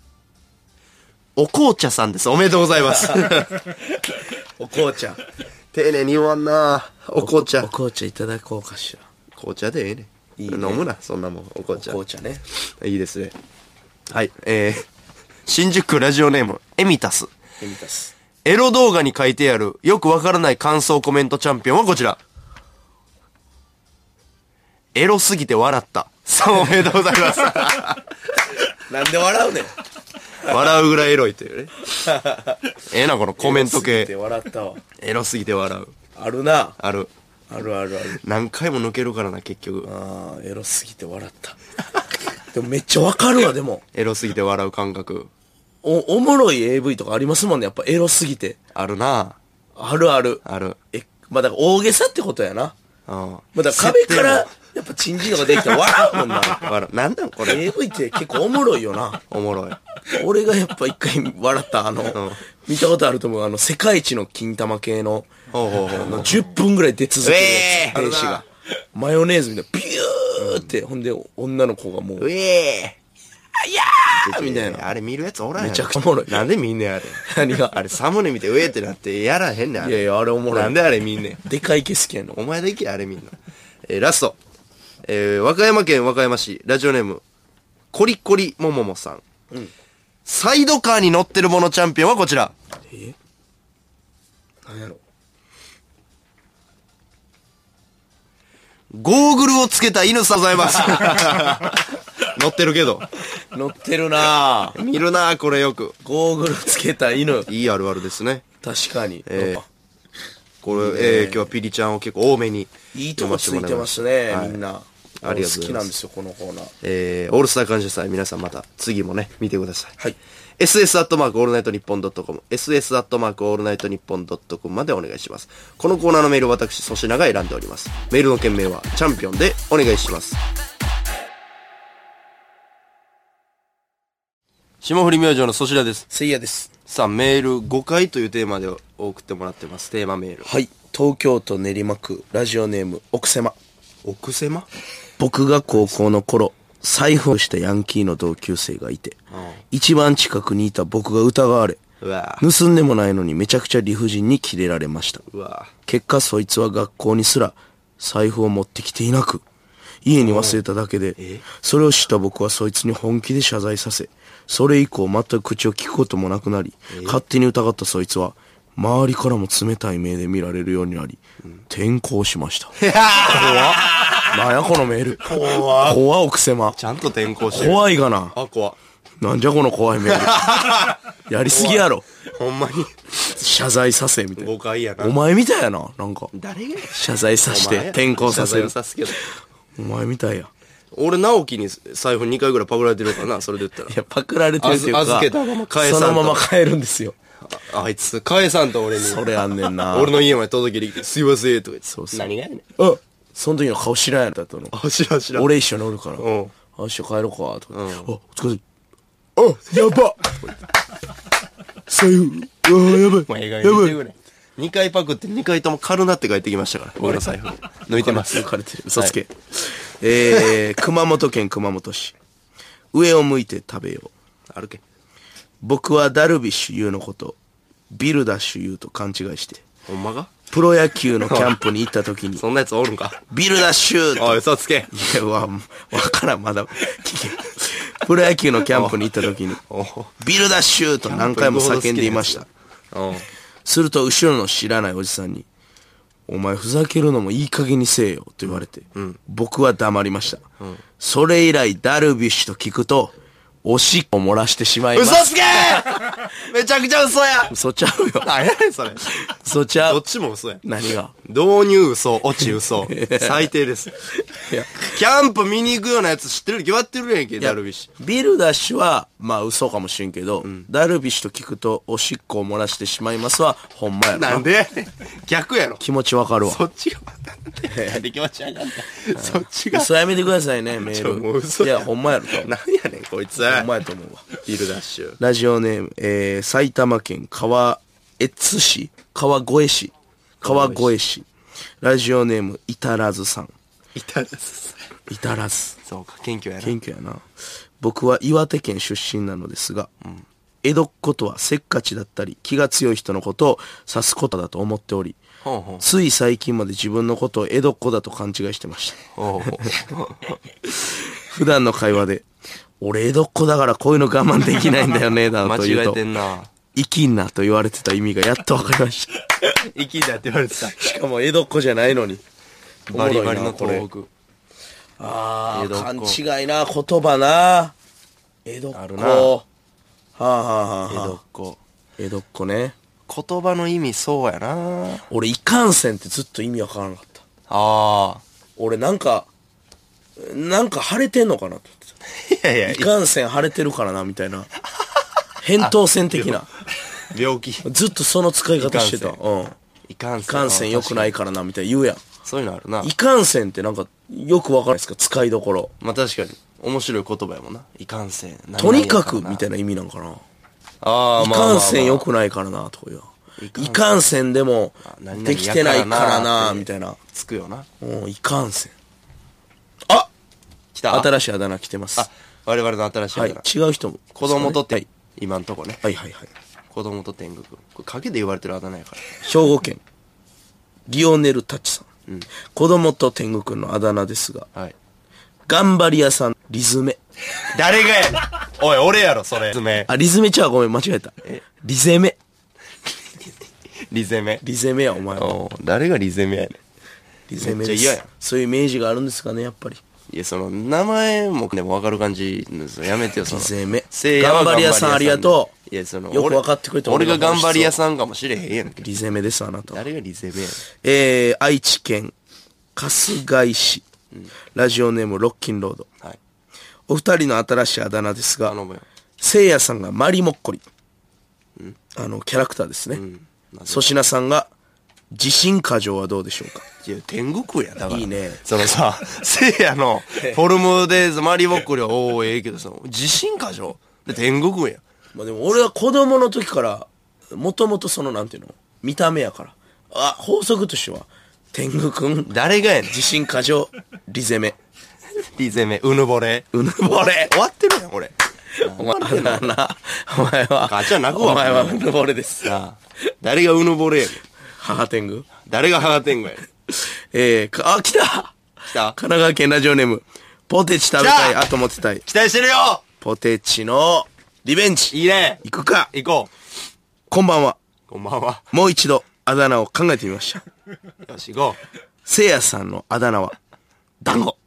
お紅茶さんです。おめでとうございます。 お紅茶。 丁寧に言わんな。お紅茶。 お紅茶いただこうかしら。 紅茶でええね。 いいね。 飲むな、そんなもん。お紅茶。 お紅茶ね。 いいですね。はい。新宿区ラジオネーム、エミタス。 エミタス。 エロ動画に書いてある、よくわからない感想コメントチャンピオンはこちら。エロすぎて笑った。さあ、おめでとうございます。 なんで笑うねん。 笑うぐらいエロいというね。ええな、このコメント系。 エロすぎて笑ったわ。 エロすぎて笑う。 あるな。 ある。 あるあるある。 何回も抜けるからな、結局。 ああ、エロすぎて笑った。でもめっちゃわかるわ、でも。 エロすぎて笑う感覚。 おもろい AV とかありますもんね、やっぱエロすぎて。 あるな。 あるある。 ある。 まあだから大げさってことやな。 うん。 まあだから壁から、やっぱチンジンとかできたら笑うもんな。 笑う。なんなんこれ。 AV って結構おもろいよな。 おもろい。 俺がやっぱ一回笑った見たことあると思う世界一の金玉系の、10分ぐらい出続ける兵士が。マヨネーズみたいな、ビューって、ほんで女の子がもう、いやーみたいな。 あれ見るやつおらんやん。 めちゃくちゃおもろい。 なんで見んねん、あれ。 何があれサムネ見て、ってなってやらへんねん、あれ。 いやいや、あれおもろい。 なんであれ見んねん。 でかい景色やんの。 お前できるあれ見んの。ラスト。和歌山県和歌山市、ラジオネーム、コリコリもももさん。サイドカーに乗ってるものチャンピオンはこちら。 なんやろ。 ゴーグルをつけた犬さんございます。乗ってるけど。 乗ってるなぁ。 見るなぁ、これよく。 ゴーグルつけた犬。 いいあるあるですね。 確かに。 これ、今日はピリちゃんを結構多めに。 いいとこついてますね、 はい、 みんな。 ありがとうございます。 好きなんですよ、このコーナー。オールスター感謝祭、皆さんまた次もね、見てください。 はい。 ss アットマークオールナイトニッポンドットコム ss アットマークオールナイトニッポンドットコムまでお願いします。このコーナーのメールを私粗品が選んでおります。メールの件名はチャンピオンでお願いします。霜降り明星の粗品です。 せいやです。 さあ、メール5回というテーマで送ってもらってます。テーマメール。 はい。東京都練馬区ラジオネーム奥狭。 奥狭。 僕が高校の頃財布をしたヤンキーの同級生がいて、一番近くにいた僕が疑われ、盗んでもないのにめちゃくちゃ理不尽にキレられました。結果そいつは学校にすら財布を持ってきていなく、家に忘れただけで、それを知った僕はそいつに本気で謝罪させ、それ以降全く口を聞くこともなくなり、勝手に疑ったそいつは周りからも冷たい目で見られるようになり、転校しました。怖っ。なんやこのメール。怖っ奥狭。 ちゃんと転校してる。 怖いがな。 怖っ。 なんじゃこの怖いメール。やりすぎやろ。 ほんまに。 謝罪させみたいな。 誤解やな。 お前みたいやな。なんか。 誰が謝罪させて転校させる。 謝罪さすけど。 お前みたいや。 俺、直樹に財布2回ぐらいパクられてるからな、それで言ったら。 いや、パクられてるっていうか。 預けたまま返さんと。 そのまま帰るんですよ。 あいつ、返さんと俺に。 それあんねんな。 俺の家まで届けに来て、すいません、とか言って。 そうそう。 何がやねん。 その時の顔知らんやったとの。 知らん知らん。 俺一緒におるから。一緒帰ろうか、とか。お疲れ。やばっ財布。やばい。 もう映画に見てくれ。2回パクって2回とも軽なって帰ってきましたから、俺の財布。抜いてます。 抜かれてる。嘘つけ。熊本県熊本市。上を向いて食べよう。 歩け。 僕はダルビッシュ有のこと、ビルダッシュ有と勘違いして、 ほんまか？ プロ野球のキャンプに行った時に、 そんなやつおるんか？ ビルダッシュおい、嘘つけ。 いや、わからん、まだ。プロ野球のキャンプに行った時に、ビルダッシュと何回も叫んでいました。すると、後ろの知らないおじさんに、お前ふざけるのもいい加減にせえよと言われて、僕は黙りました。それ以来、ダルビッシュと聞くと、おしっこ漏らしてしまいます。 嘘つけめちゃくちゃ嘘や。 嘘ちゃうよ。 何やねんそれ。 嘘ちゃう。 どっちも嘘や。 何が？ 導入嘘、落ち嘘。最低です。 いや、 キャンプ見に行くようなやつ知ってるに決まってるやんけ、ダルビッシュ。 ビルダッシュは、まあ嘘かもしれんけど、ダルビッシュと聞くと、おしっこを漏らしてしまいますは、ほんまやろ。 なんで逆やろ。 気持ちわかるわ。 そっちがまた。気持ちわかんない。そっちが。 嘘やめてくださいね、メール。 もう嘘や。 いや、ほんまやろ。 なんやねん、こいつ。 ほんまやと思うわ。 ビルダッシュ。 ラジオネーム、埼玉県川越市川越市ラジオネーム、至らずさん。 至らずさん。 至らず。 そうか、謙虚やな。 謙虚やな。僕は岩手県出身なのですが、江戸っ子とはせっかちだったり気が強い人のことを指すことだと思っており、 ほうほう。 つい最近まで自分のことを江戸っ子だと勘違いしてました。 ほうほう。 普段の会話で、俺江戸っ子だからこういうの我慢できないんだよね、だ間と言うと違えて、んな。 生きんなと言われてた意味がやっとわかりました。 生きだって言われてた。 しかも江戸っ子じゃないのに。 バリバリのこれ。 東北。 ああ、勘江戸っ子違いな、言葉な。江戸っ子。 あるなはあ、はあはあ江はあ、 戸っ子。 江戸っ子ね。 言葉の意味そうやな。 俺、いかんせんってずっと意味わからなかった。 あ俺なんか晴れてんのかなと思ってあ。いやいや、 た。いかんせん晴れてるからな、みたいな。扁桃腺的な。 病気。 ずっとその使い方してた。 いうん。 いかんせん。 いかんせん良くないからな、みたいな言うやん。 そういうのあるな。 いかんせんってなんか、よくわからないですか、使いどころ。 まあ確かに。面白い言葉やもんな。いかんせん。 とにかく、みたいいな意味なんかな。 ああ、 いまあまあまあ。 かんせん良くないからな、とか言う。いかんせんでも、できてないからな、みたいな。 つくよな。 うん、いかんせん。あ、 来た。 新しいあだ名来てます。 あ、我々の新しいあはい、 だ名。 違う人も。 子供とはいて、今んとこね。 はいはいはい。 子供と天狗くん。これ影で言われてるあだ名やから。 兵庫県、リオネルタッチさん。子供と天狗くんのあだ名ですが、 はい。 頑張り屋さん、リズメ。 誰がやねん。おい、俺やろ、それ。リゼメ。 あ、リズメちゃう、ごめん、間違えた。リゼメ。 リゼメ。 リゼメや、お前は。 おう誰がリゼメやねん。 リゼメです。 めっちゃ嫌やんそういうイメージがあるんですかね、やっぱり。 いや、その、名前もでも分かる感じですよ。やめてよ、その。 リゼメせいやは頑張り屋さんありがとう。いや、その、 よく分かってくれて俺が頑張り屋さんかもしれへんやんけ。 リゼメです、あなたは。 誰がリゼメやねん。 愛知県、春日井市、ラジオネームロッキンロード。 はい。 お二人の新しいあだ名ですが、 頼むよ。 せいやさんがマリモッコリ。キャラクターですね。粗品さんが、自信過剰はどうでしょうか。 いや、天国や、だから。 いいねそのさ、せいやのフォルムでマリボッコリはおーええけどさ、自信過剰で天国や。 まあでも俺は子供の時から、もともとそのなんていうの、見た目やから。あ、法則としては、天狗くん、 誰がやねん。 自信過剰、リゼメ。 リゼメ、うぬぼれ。 うぬぼれ。 終わってるやん、俺。 お前は、 ガチャ泣くわお前はうぬぼれです。 なあ、誰がうぬぼれやねん。 母天狗。 誰がハガ天狗やねん。 来た来た神奈川県ラジオネーム、ポテチ食べたい、 来たあと持ってたい。 期待してるよ。 ポテチのリベンジ。 いいね。 行くか。 行ここんばんは。 う。こんばんは。 もう一度、あだ名を考えてみました。 よし、行こせいやさんのあだ名は、団子。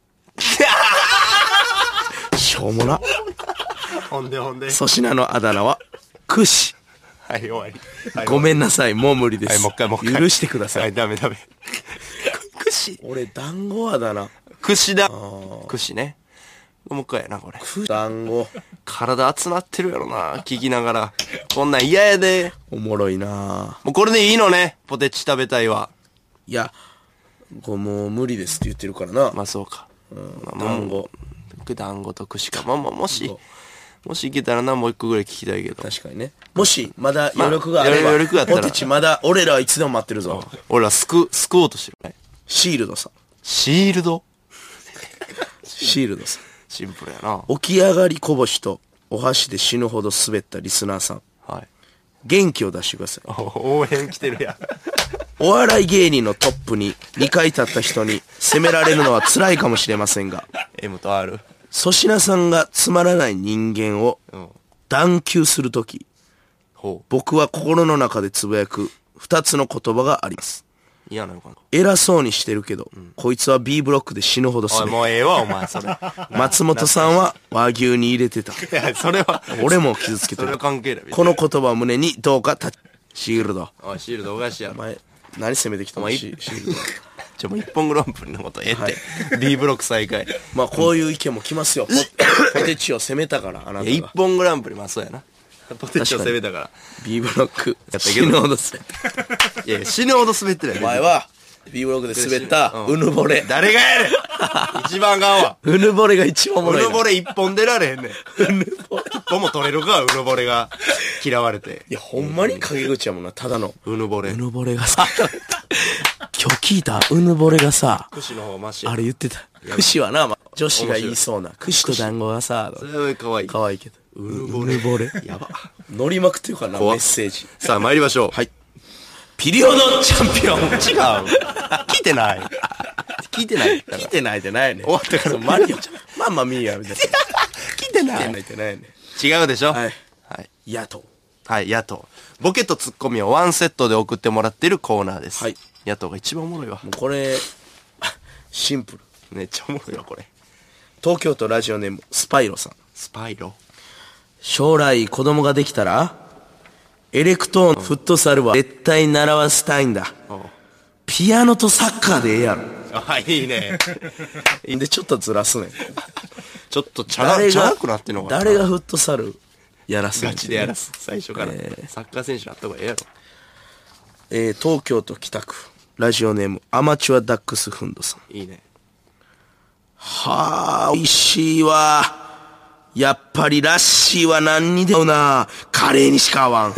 しょうもな。 う。ほんでほんで。 粗品のあだ名は、くし。 はい、終わり。はいごめんなさい、もう無理です。 はい、もう一回、もう一回。 許してください。 はい、ダメダメ。くし。 俺、団子あだ名。 くしだ。くしね。もう一回やな、これ。 団子。 体熱なってるやろな、聞きながら。こんなん嫌やで。 おもろいなぁ。 もうこれでいいのね、ポテチ食べたいわ。 いや、これもう無理ですって言ってるからな。 まあそうか。まあ団子。 団子と串か。まあまあ、もしいけたらな、もう一個ぐらい聞きたいけど。 確かにね。もし、まだ余力があれば、 余力があったらポテチまだ、俺らはいつでも待ってるぞ。 俺ら救おうとしてるね。 シールドさん。 シールドシールドさん。 シンプルやな。 起き上がりこぼしと、お箸で死ぬほど滑ったリスナーさん。 はい。 元気を出してください。 応援来てるやん。 お笑い芸人のトップに2回立った人に責められるのは辛いかもしれませんが、 M と R。 粗品さんがつまらない人間をうん。 断求するとき、 ほ僕は心の中でつぶやく2つの言葉があります。 う。嫌なのかな。 偉そうにしてるけど、こいつは B ブロックで死ぬほどおい、 滑る。 もうええわ、お前、それ。 松本さんは和牛に入れてた。 いや、それは、 俺も傷つけてるそれは。関係ない。 この言葉を胸にどうかシールド。 おい、シールドおかしいやろ。 お前、何攻めてきたのお前シールド。 もう一本グランプリのことええって。B ブロック再開。 まあこういう意見も来ますよ。ポテチを攻めたから、あなたいや、一が。 本グランプリ、まあそうやな。ポテチを攻めたから。 B ブロック。 やったけど死ぬほど滑った。 いやいや、死ぬほど滑ってない。 お前は、B ブロックで滑った、うぬぼれ。 誰がやねん。一番あかんわ。 うぬぼれが一番おもうろいな。 ぬぼれ一本出られへんねん。一本も取れるか、うぬぼれが嫌われて。 いや、ほんまに陰口やもんな、ただの。 うぬぼれう。ぬぼれがさ、今日聞いたうぬぼれがさ、 串の方マシや。 あれ言ってた。串はな、まあ、女子が言いそうな。串と団子がさ、 それは可愛い。 可愛いけど。うぬぼれ。 やば。 乗りまくってるからな、メ怖っッセージ。 さあ、参りましょう。 はい。 ピリオドチャンピオン。 違う。聞いてない。聞いてない。 聞いてないってないね。 終わったから。 マリオじゃん。マンマミーヤみたいな。 聞いてない。 聞いてないってないね。 違うでしょ。 はい。 はい。 野党。 はい、野党。ボケとツッコミをワンセットで送ってもらっているコーナーです。 はい。 野党が一番おもろいわ。 もうこれ、シンプル。 めっちゃおもろいわ、これ。 東京都ラジオネーム、スパイロさん。 スパイロ。 将来子供ができたら、エレクトーン、フットサルは絶対習わせたいんだ。ピアノとサッカーでええやろ。 あ、いいね。 で、ちょっとずらすねん。 ちょっとチャラくなってんのかな。 誰がフットサルやらすガチでやらす。最初から。サッカー選手になった方がええやろ。 東京都北区、ラジオネーム、アマチュアダックスフンドさん。 いいね。 はあ、美味しいわ。やっぱりラッシーは何にでもな、カレーにしか合わん。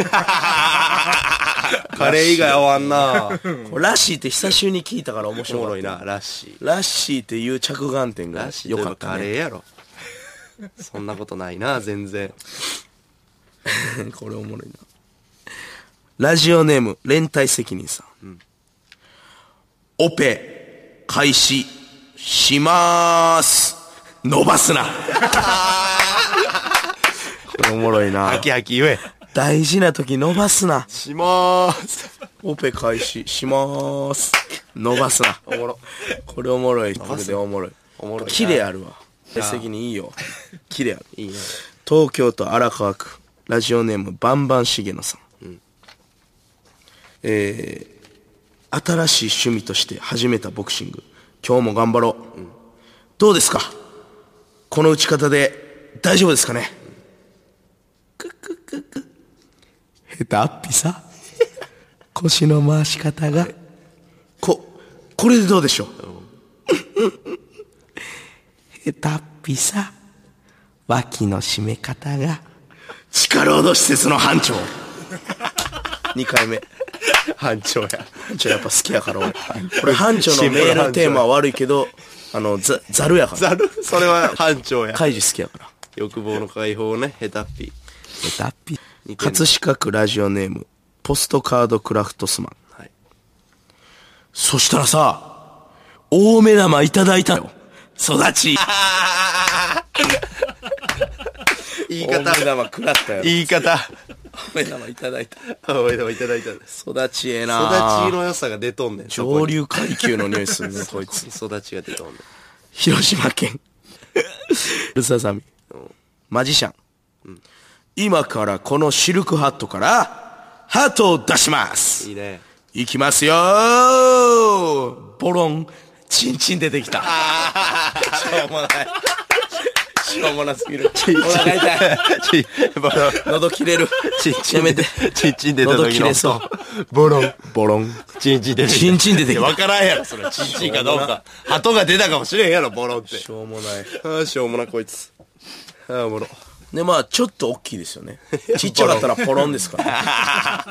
カレー以外合わんな。 ラッシーって久しぶりに聞いたから面白い。 おもろいな、ラッシー。ラッシーっていう着眼点が良かったね。 カレーやろ。そんなことないな、全然。 これおもろいな。ラジオネーム、連帯責任さん。オペ、開始、しまーす。伸ばすな。これおもろいな。 ハキハキ言え。 大事な時伸ばすな。 しまーす。 オペ開始、しまーす。伸ばすな。 おもろ。 これおもろい。これでおもろい。 おもろい。 キレあるわ。責任いいよ。キレある。 いいね。 東京都荒川区、ラジオネーム、バンバン重野さん。新しい趣味として始めたボクシング。今日も頑張ろう。どうですか？この打ち方で大丈夫ですかね？クククク。下手っぴさ。腰の回し方が。これでどうでしょう？下手っぴさ。脇の締め方が。地下労働施設の班長。2回目。 班長や。 班長やっぱ好きやから俺。これ班長のメールテーマは悪いけど、ざるやから。 ざる？それは班長や。 カイジ好きやから。 欲望の解放ね、ヘタッピ。 ヘタッピ。葛飾区ラジオネーム、ポストカードクラフトスマン。はい。そしたらさ、大目玉いただいたよ。育ち。 言い方。 大目玉食らったよ。 言い方。 大目玉いただいた。 大目玉いただいた。 育ちええな。 育ちの良さが出とんねん。 上流階級の匂いするね、こいつ。 育ちが出とんねん。 広島県。ルササミ。マジシャン。今からこのシルクハットから、ハートを出します。 いいね。 いきますよー。ボロン。チンチン出てきた。しょうもない。しょうもなすぎる。お腹痛い。喉切れる。やめて。 チンチン出た時の。 喉切れそう。 ボロン。 ボロン。 チンチン出てきた。 チンチン出てきた。 わからんやろ、それ。チンチンかどうか。鳩が出たかもしれんやろ、ボロンって。 しょうもない。 ああ、しょうもなこいつ。ああ、おもろ。 で、まあ、ちょっと大きいですよね。ちっちゃかったらポロンですから。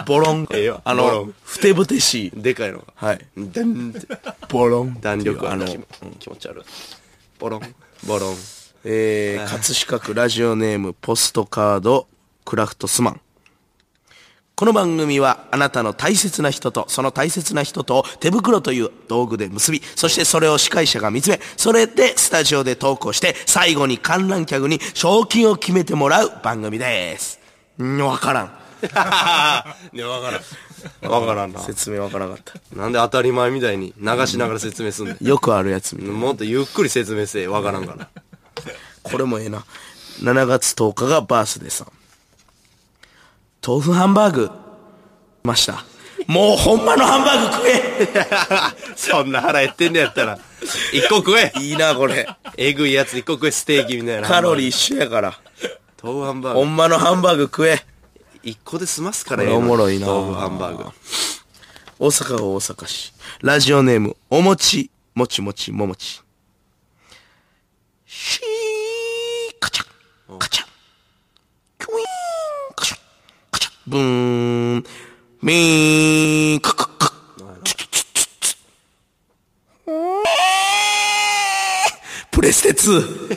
ボロン。ふてぶてしい。 でかいのが。 はい。 ボロン。弾力気持ち悪い。ボロン。ボロン。 葛飾区ラジオネームポストカードクラフトスマン。この番組はあなたの大切な人とその大切な人とを手袋という道具で結び、そしてそれを司会者が見つめ、それでスタジオでトークをして最後に観覧客に賞金を決めてもらう番組です。わからん。 いや、わからん。わからんな。 説明わからなかった。 なんで当たり前みたいに流しながら説明すんねん。 よくあるやつみたいな。 もっとゆっくり説明せえ。わからんから。 これもええな。7月10日がバースデーさん。豆腐ハンバーグました。もうほんまのハンバーグ食え。 そんな腹減ってんねやったら一個食え。 いいなこれ。 えぐいやつ一個食え。ステーキみたいな。 カロリー一緒やから。 豆腐ハンバーグほんまのハンバーグ食え。 一個で済ますからおもろいな。 豆腐ハンバーグ。 大阪府大阪市ラジオネームおもちもちもちももち。シーカチャカチャキュイーンカチャカチャブーンミーンカカカチュチュチュチュチュプレステ2。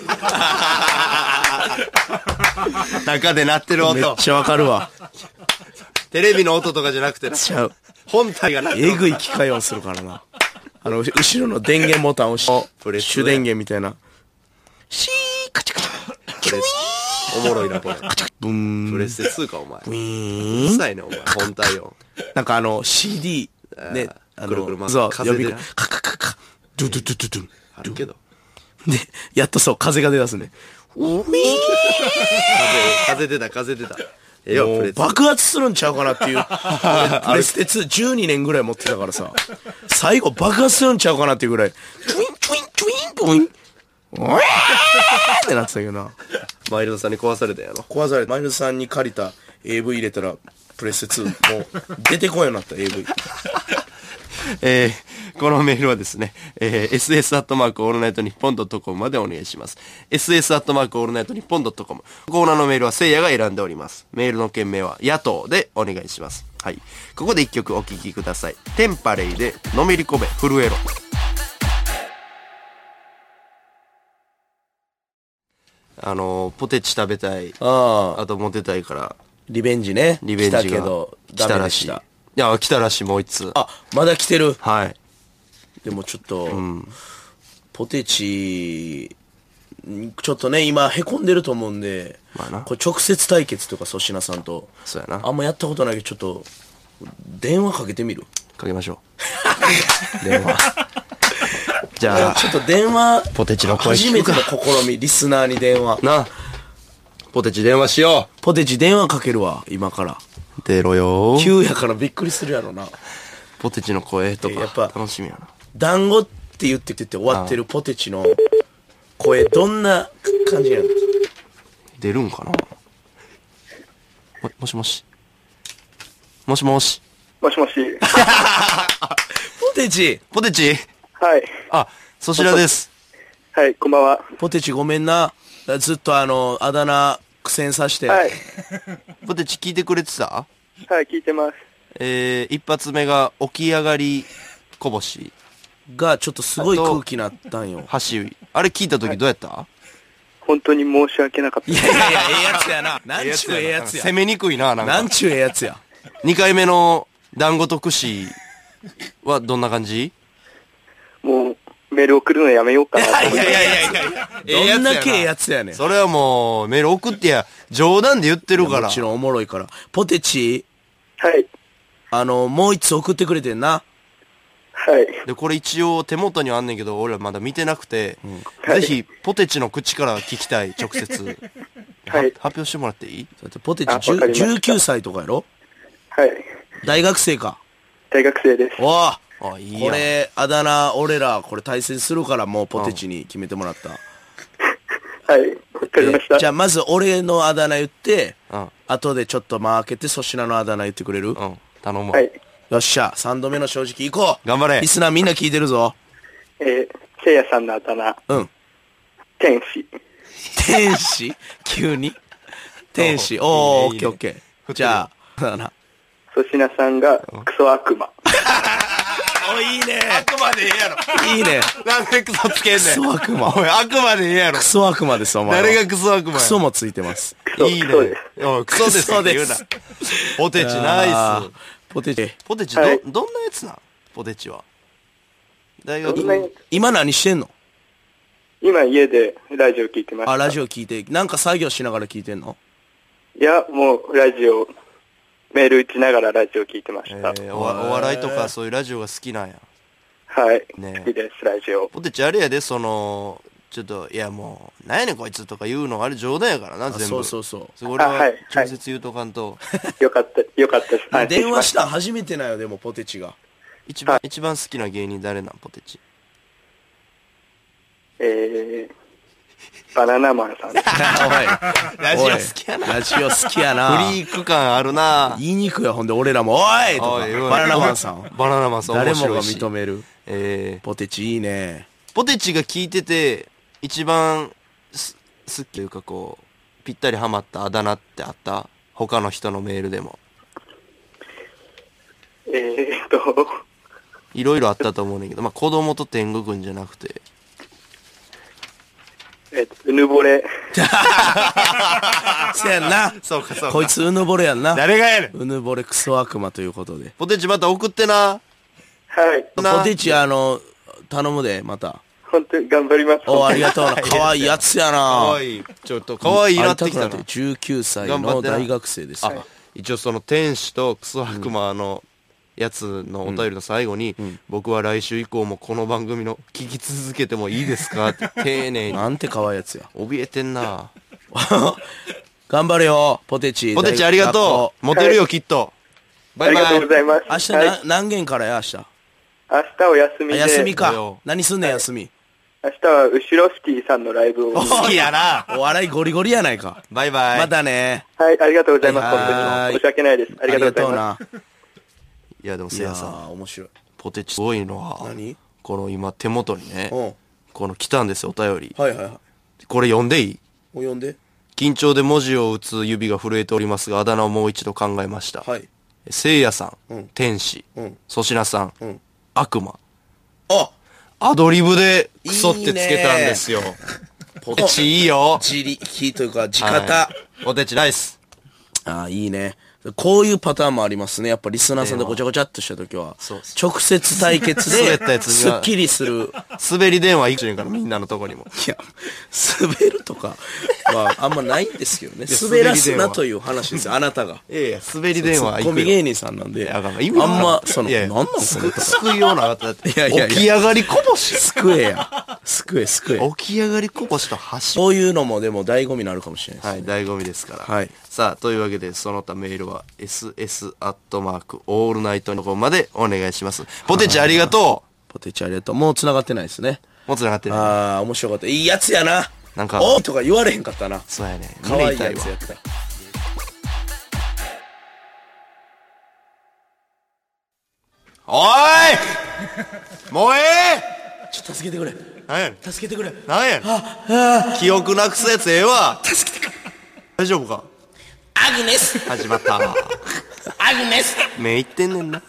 中で鳴ってる音めっちゃわかるわ。 テレビの音とかじゃなくてな。 ちゃう。 本体がなえぐい機械音するからな。後ろの電源ボタンを押し、主電源みたいな。シーカチャカチャ。キュイおもろいな、これ。 ブーン。 プレステ2か、お前。 ウィーン。 うるさいね、お前。本体音。 なんかCD、ね、 くるくる回すそう、 風でなカカカカ、ドゥドゥドゥドゥドゥン。 あるけど。 で、やっとそう、風が出だすね。ウィーン。 風出た、風出た。ええよ、 もうプレス。 爆発するんちゃうかなっていう。プレステ2、12年ぐらい持ってたからさ。最後爆発するんちゃうかなっていうぐらい。チュイン、チュイン、チュイン、チュイン。うわーってなってたけどな。 マイルドさんに壊されたやろ。 壊されて、マイルドさんに借りた AV 入れたら、プレステ2、もう、出てこんようになった AV。 このメールはですね、ss アットマークオールナイトニッポンドットコムまでお願いします。ss アットマークオールナイトニッポンドットコム。コーナーのメールはせいやが選んでおります。メールの件名は野党でお願いします。はい。ここで一曲お聴きください。テンパレイでのめり込め震えろ。ポテチ食べたい。 ああとモテたいから。 リベンジね。 リベンジが来たけど、 来たらしい。いダメでや、来たらしい、もう一つ。 あ、まだ来てる。 はい。 でもちょっと、ポテチ、ちょっとね、今、凹んでると思うんで、 まあなこれ直接対決とか粗品さんと、 そうやな。 あんまやったことないけど、ちょっと、電話かけてみる？ かけましょう。電話。じゃあ、 ちょっと電話、 ポテチの声初めての試み、リスナーに電話。 な、ポテチ電話しよポテチ電話かけるわ、今から。 う。出ろよー。 急やからびっくりするやろな。 ポテチの声とやっぱか楽しみやな。 団子って言って終わってるポテチの声、どんな感じやの？ 出るんかな。もしもし。もしもし。 もしもし。 ポテチポテチはい。 あ、そちらです。 はい、こんばんは。 ポテチごめんな。ずっとあだ名苦戦さして。 はい。 ポテチ聞いてくれてた？ はい、聞いてます。 一発目が起き上がりこぼし。 が、ちょっとすごい空気なったんよ。 橋。あれ聞いた時どうやった？ 本当に申し訳なかった。 いやいやいや、ええやつやな。なんちゅうええやつや。 攻めにくいな、なんか。 なんちゅうええやつや。 2回目の団子と串はどんな感じ？ もう、メール送るのやめようかなと思って。 いや。 どんだけええやつやねん。 それはもう、メール送ってや、冗談で言ってるから。 もちろんおもろいから。ポテチ、 はい。 もう一つ送ってくれてんな。 はい。 で、これ一応手元にはあんねんけど、俺らまだ見てなくて、 はいぜひ、ポテチの口から聞きたい、直接。 はい発表してもらっていい？ だってポテチあわかりました 19歳とかやろ？ はい。 大学生か。 大学生です。 おぉあ、いいやん。 これ、あだ名、俺ら、これ対戦するから、もうポテチに決めてもらった。 はい。わかりました。 じゃあ、まず俺のあだ名言って、 うん。 後でちょっと間開けて粗品のあだ名言ってくれる？ うん。頼むわ。 はい。 よっしゃ、3度目の正直行こう。 頑張れリスナーみんな聞いてるぞ。 せいやさんのあだ名、 うん。 天使。 天使急に天使。おー、オいいねッケーオッケー。じゃあ、だな。 粗品さんがクソ悪魔。 お、いいね。 悪魔でええやろ。 いいね。 なんでクソつけんねん。 クソ悪魔おい、悪魔でええやろク。ソ悪魔です、お前は。 誰がクソ悪魔や。 クソもついてます。 いいねクソです。 おいクソですって言うなクソで。 ポテチナイス。 ポテチ。 ポテチはいどんなやつなん？ポテチは。大学どんなやつ今何してんの？ 今家でラジオ聞いてました。 あ、ラジオ聞いて、なんか作業しながら聞いてんの？ いや、もうラジオ、メール打ちながらラジオ聞いてました。 お笑いとかそういうラジオが好きなんや。 はい。 ね好きです、ラジオ。 ポテチあれやで、ちょっと、いやもう、なんやねんこいつとか言うのあれ冗談やからな、全部。 そうそうそう。 それ俺はあはい直接言うとかんと。 よかったです。安心電話しましたん初めてなんよ、でもポテチが。 一番好きな芸人誰なん、ポテチ。 バナナマンさん。 おい。 ラジオ好きやな。 ラジオ好きやな。 フリーク感あるな。 言いにくいよ、ほんで俺らも、おいとか、 おいおいバナナマンさん。 バナナマンさん誰もが面白いし。 認める。ポテチいいね。 ポテチが聞いてて、一番好きというかこう、ぴったりハマったあだ名ってあった？他の人のメールでも。 ーいろいろあったと思うねんだけど、まあ子供と天狗くんじゃなくて。 うぬぼれ。 せやんな。 そうかそうか。 こいつうぬぼれやんな。 誰がやねん。 うぬぼれクソ悪魔ということで。 ポテチまた送ってな。 はい。 ポテチ頼むで、また。 本当に頑張ります。 お、ありがとうな。可愛いやつやな。 可愛い。ちょっと可愛いなってきたな。 19歳の大学生ですよ。 一応その天使とクソ悪魔のやつのお便りの最後に、僕は来週以降もこの番組の聞き続けてもいいですかって丁寧に。 なんて可愛いやつや。 怯えてんな。 頑張れよ、ポテチ。 ポテチありがとう。モテるよ、きっと。バイバイ。 ありがとうございます。 明日何件からや、明日。 明日お休みで。 休みか。何すんねん、休み。 明日は後ろシティさんのライブを。 好きやな。 お笑いゴリゴリやないか。 バイバイ。 またね。 はい、ありがとうございます。本当に。申し訳ないです。ありがとうございます。 いや、でもせいやさん。 面白い。 ポテチすごいのは、 何この今手元にね、この来たんですよ、お便り。 はいはいはい。 これ読んでいい？ 読んで。 緊張で文字を打つ指が震えておりますが、あだ名をもう一度考えました。はい。せいやさん、天使、粗品さん、悪魔。アドリブでクソってつけたんですよ。ポテチいいよ。 自力というか、自方。 ポテチナイス。 いいね。こういうパターンもありますね。やっぱリスナーさんでごちゃごちゃっとした時は、直接対決で、スッキリする。 滑り電話行くんから、みんなのとこにも。 いや、滑るとかはあんまないんですけどね。滑らすなという話ですよ、あなたが。 いやいや、滑り電話行くよ。 コンビ芸人さんなんで、あんま、なんなんこの人。すくいようなかった。起き上がりこぼし。 すくえや。すくえ。 起き上がりこぼしと箸。 そういうのもでも醍醐味になるかもしれないですね。 はい、醍醐味ですから。 はい。 さあ、というわけで、その他メールは、ss@allnight.com までお願いします。ポテチありがとう。ポテチありがとう。もう繋がってないですね。 もう繋がってない。 面白かった。いいやつやな。 なんか。 おーとか言われへんかったな。 そうやね。 可愛いやつやった。 おいもうええちょっと助けてくれ。 なんやねん。 助けてくれ。 なんやねん。記憶なくすやつええわ。 助けてくれ。 大丈夫か？ アグネス。 始まった。 アグネス。 目いってんねんな。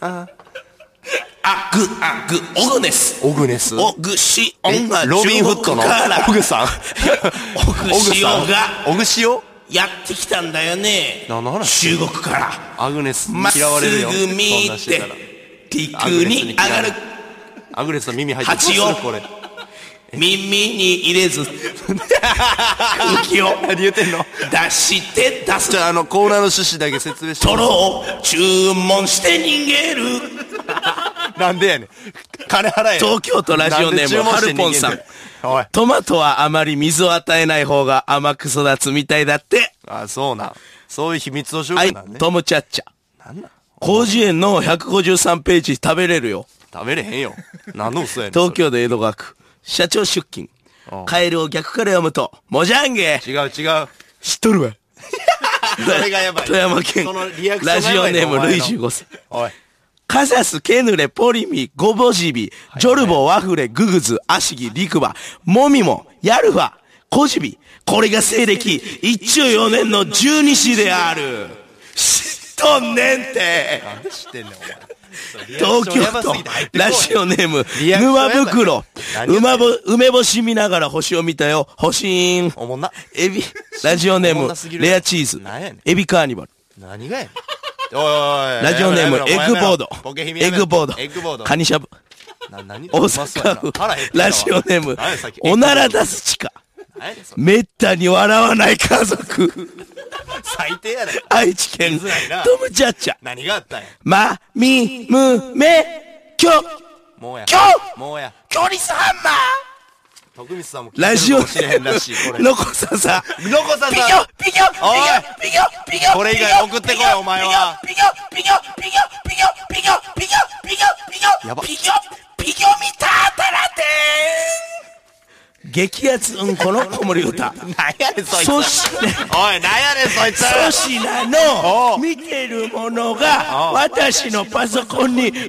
オグネス。 オグネス。 オグシオンがロビンフットのオグさん。 オグシオが。 オグシオやってきたんだよね。 何の話？ 中国から。 アグネス嫌われるよ。 まっすぐ見て、陸に上がる。 アグネスの耳入って蜂をこれ。 耳に入れず、空気を何言ってんの？ 出して出す。 じゃあコーナーの趣旨だけ説明して。 トロを注文して逃げる。 なんでやねん。金払え。 東京都ラジオネームハルポンさん。トマトはあまり水を与えない方が甘く育つみたいだって。 あ、そうなん。そういう秘密を紹介なんね。 トムチャッチャ。 なんなん？ 広辞苑の153ページ食べれるよ。 食べれへんよ。何の嘘やねん。 東京都江戸川区。社長出勤。カエルを逆から読むと、もじゃんげ。 違う。知っとるわ。 それがやばい。 富山県。ラジオネームルイ15世。おい。カサス、ケヌレ、ポリミ、ゴボジビ、ジョルボ、ワフレ、ググズ、アシギ、リクバ、モミモ、ヤルファ、コジビ。これが西暦、一中4年の12子である。知っとんねんて。 なんで知ってんねん、お前。 東京都ラジオネーム沼袋梅干し見ながら星を見たよ星ーんおもんなエビラジオネームレアチーズエビカーニバル何がやねんおいラジオネームエッグボードカニしゃぶ大阪府ラジオネームおなら出す地下めったに笑わない家族最低やねん。 愛知県トムチャッチャ。 何があったんや。 ま、み、む、め、きょ。 もうや。もうや。 キョリスハンマー。 徳光さんも聞いてるかもしれへんらしい。 ロコササ。 ピキョこれ以外送ってこい、お前は。ピキョ見たたらて激アツうんこの子守歌。 なんやねんそいつ。 そして、 おい、なんやねんそいつ。 粗品の見てるものが私のパソコンに映って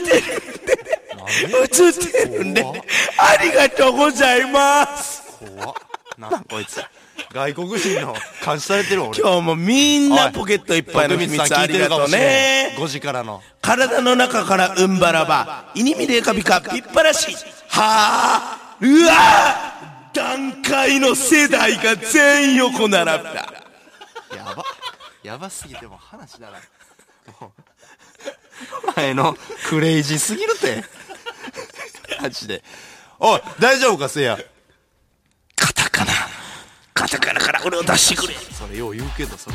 るんで、ありがとうございます。 怖っ。なんこいつ。外国人の監視されてる俺。 今日もみんなポケットいっぱいの秘密ありがとうね。 5時からの。 体の中からうんばらば、イニミレカビカピッパラシ。はぁ。うわぁ段階倍の世代が全員横並びだ。 やばすぎてもう話ならん。もうお前のクレイジーすぎるて。マジで。おい、大丈夫かせいや。 カタカナから俺を出してくれ。 それよう言うけど、それ。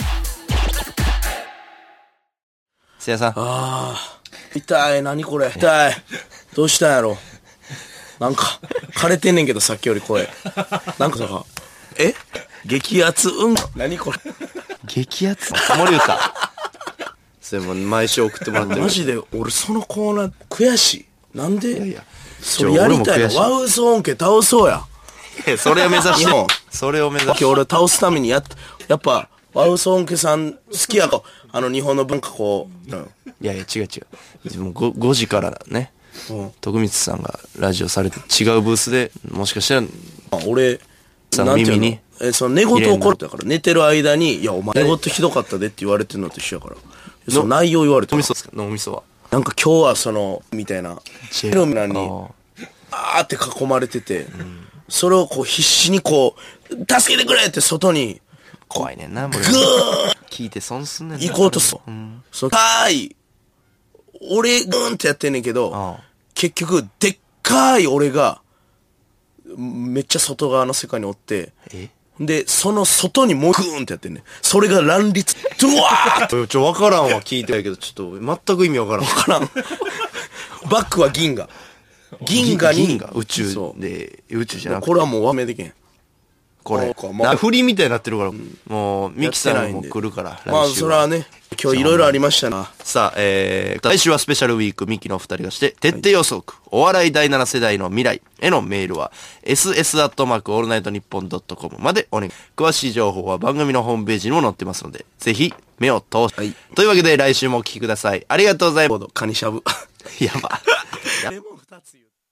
せいやさん。 痛い、何これ。痛い。どうしたんやろ。なんか、枯れてんねんけど、さっきより声。なんかさ、激アツ何これ。 激アツ森歌。それも毎週送ってもらってる。 マジで、俺そのコーナー悔しい。なんでいやそれやりたいの。ワウソ音家倒そうや。 それを目指して。それを目指して。 俺倒すためにやっぱ、ワウソ音家さん好きやろ。日本の文化こう。 いや違う。もう 5時からね。徳光さんがラジオされて違うブースでもしかしたら俺さんの耳にその寝言起こったから寝てる間にいやお前寝言ひどかったでって言われてるのと一緒やからその内容言われて脳みそはなんか今日はそのみたいなヘロミナにあーって囲まれてて、それをこう必死にこう助けてくれって外に怖いねんなグー聞いて損すんねんな行こうとする、その俺グーンってやってんねんけど、結局でっかい俺がめっちゃ外側の世界におってでその外にもうグーンってやってんねん。それが乱立ドワーッ分からんわ聞いてないけどちょっと全く意味分からんバックは銀河に宇宙で宇宙じゃなくてこれはもう和名できへん。 これ振りみたいになってるから、もうミキさんも来るからまあそれはね今日いろいろありましたな。 さあ来週はスペシャルウィークミキのお二人がして徹底予測、お笑い第7世代の未来へのメールは ss@allnightnippon.com までお願い。詳しい情報は番組のホームページにも載ってますのでぜひ目を通して、というわけで来週もお聞きください。ありがとうございます。 カニしゃぶやばレモン2つ言う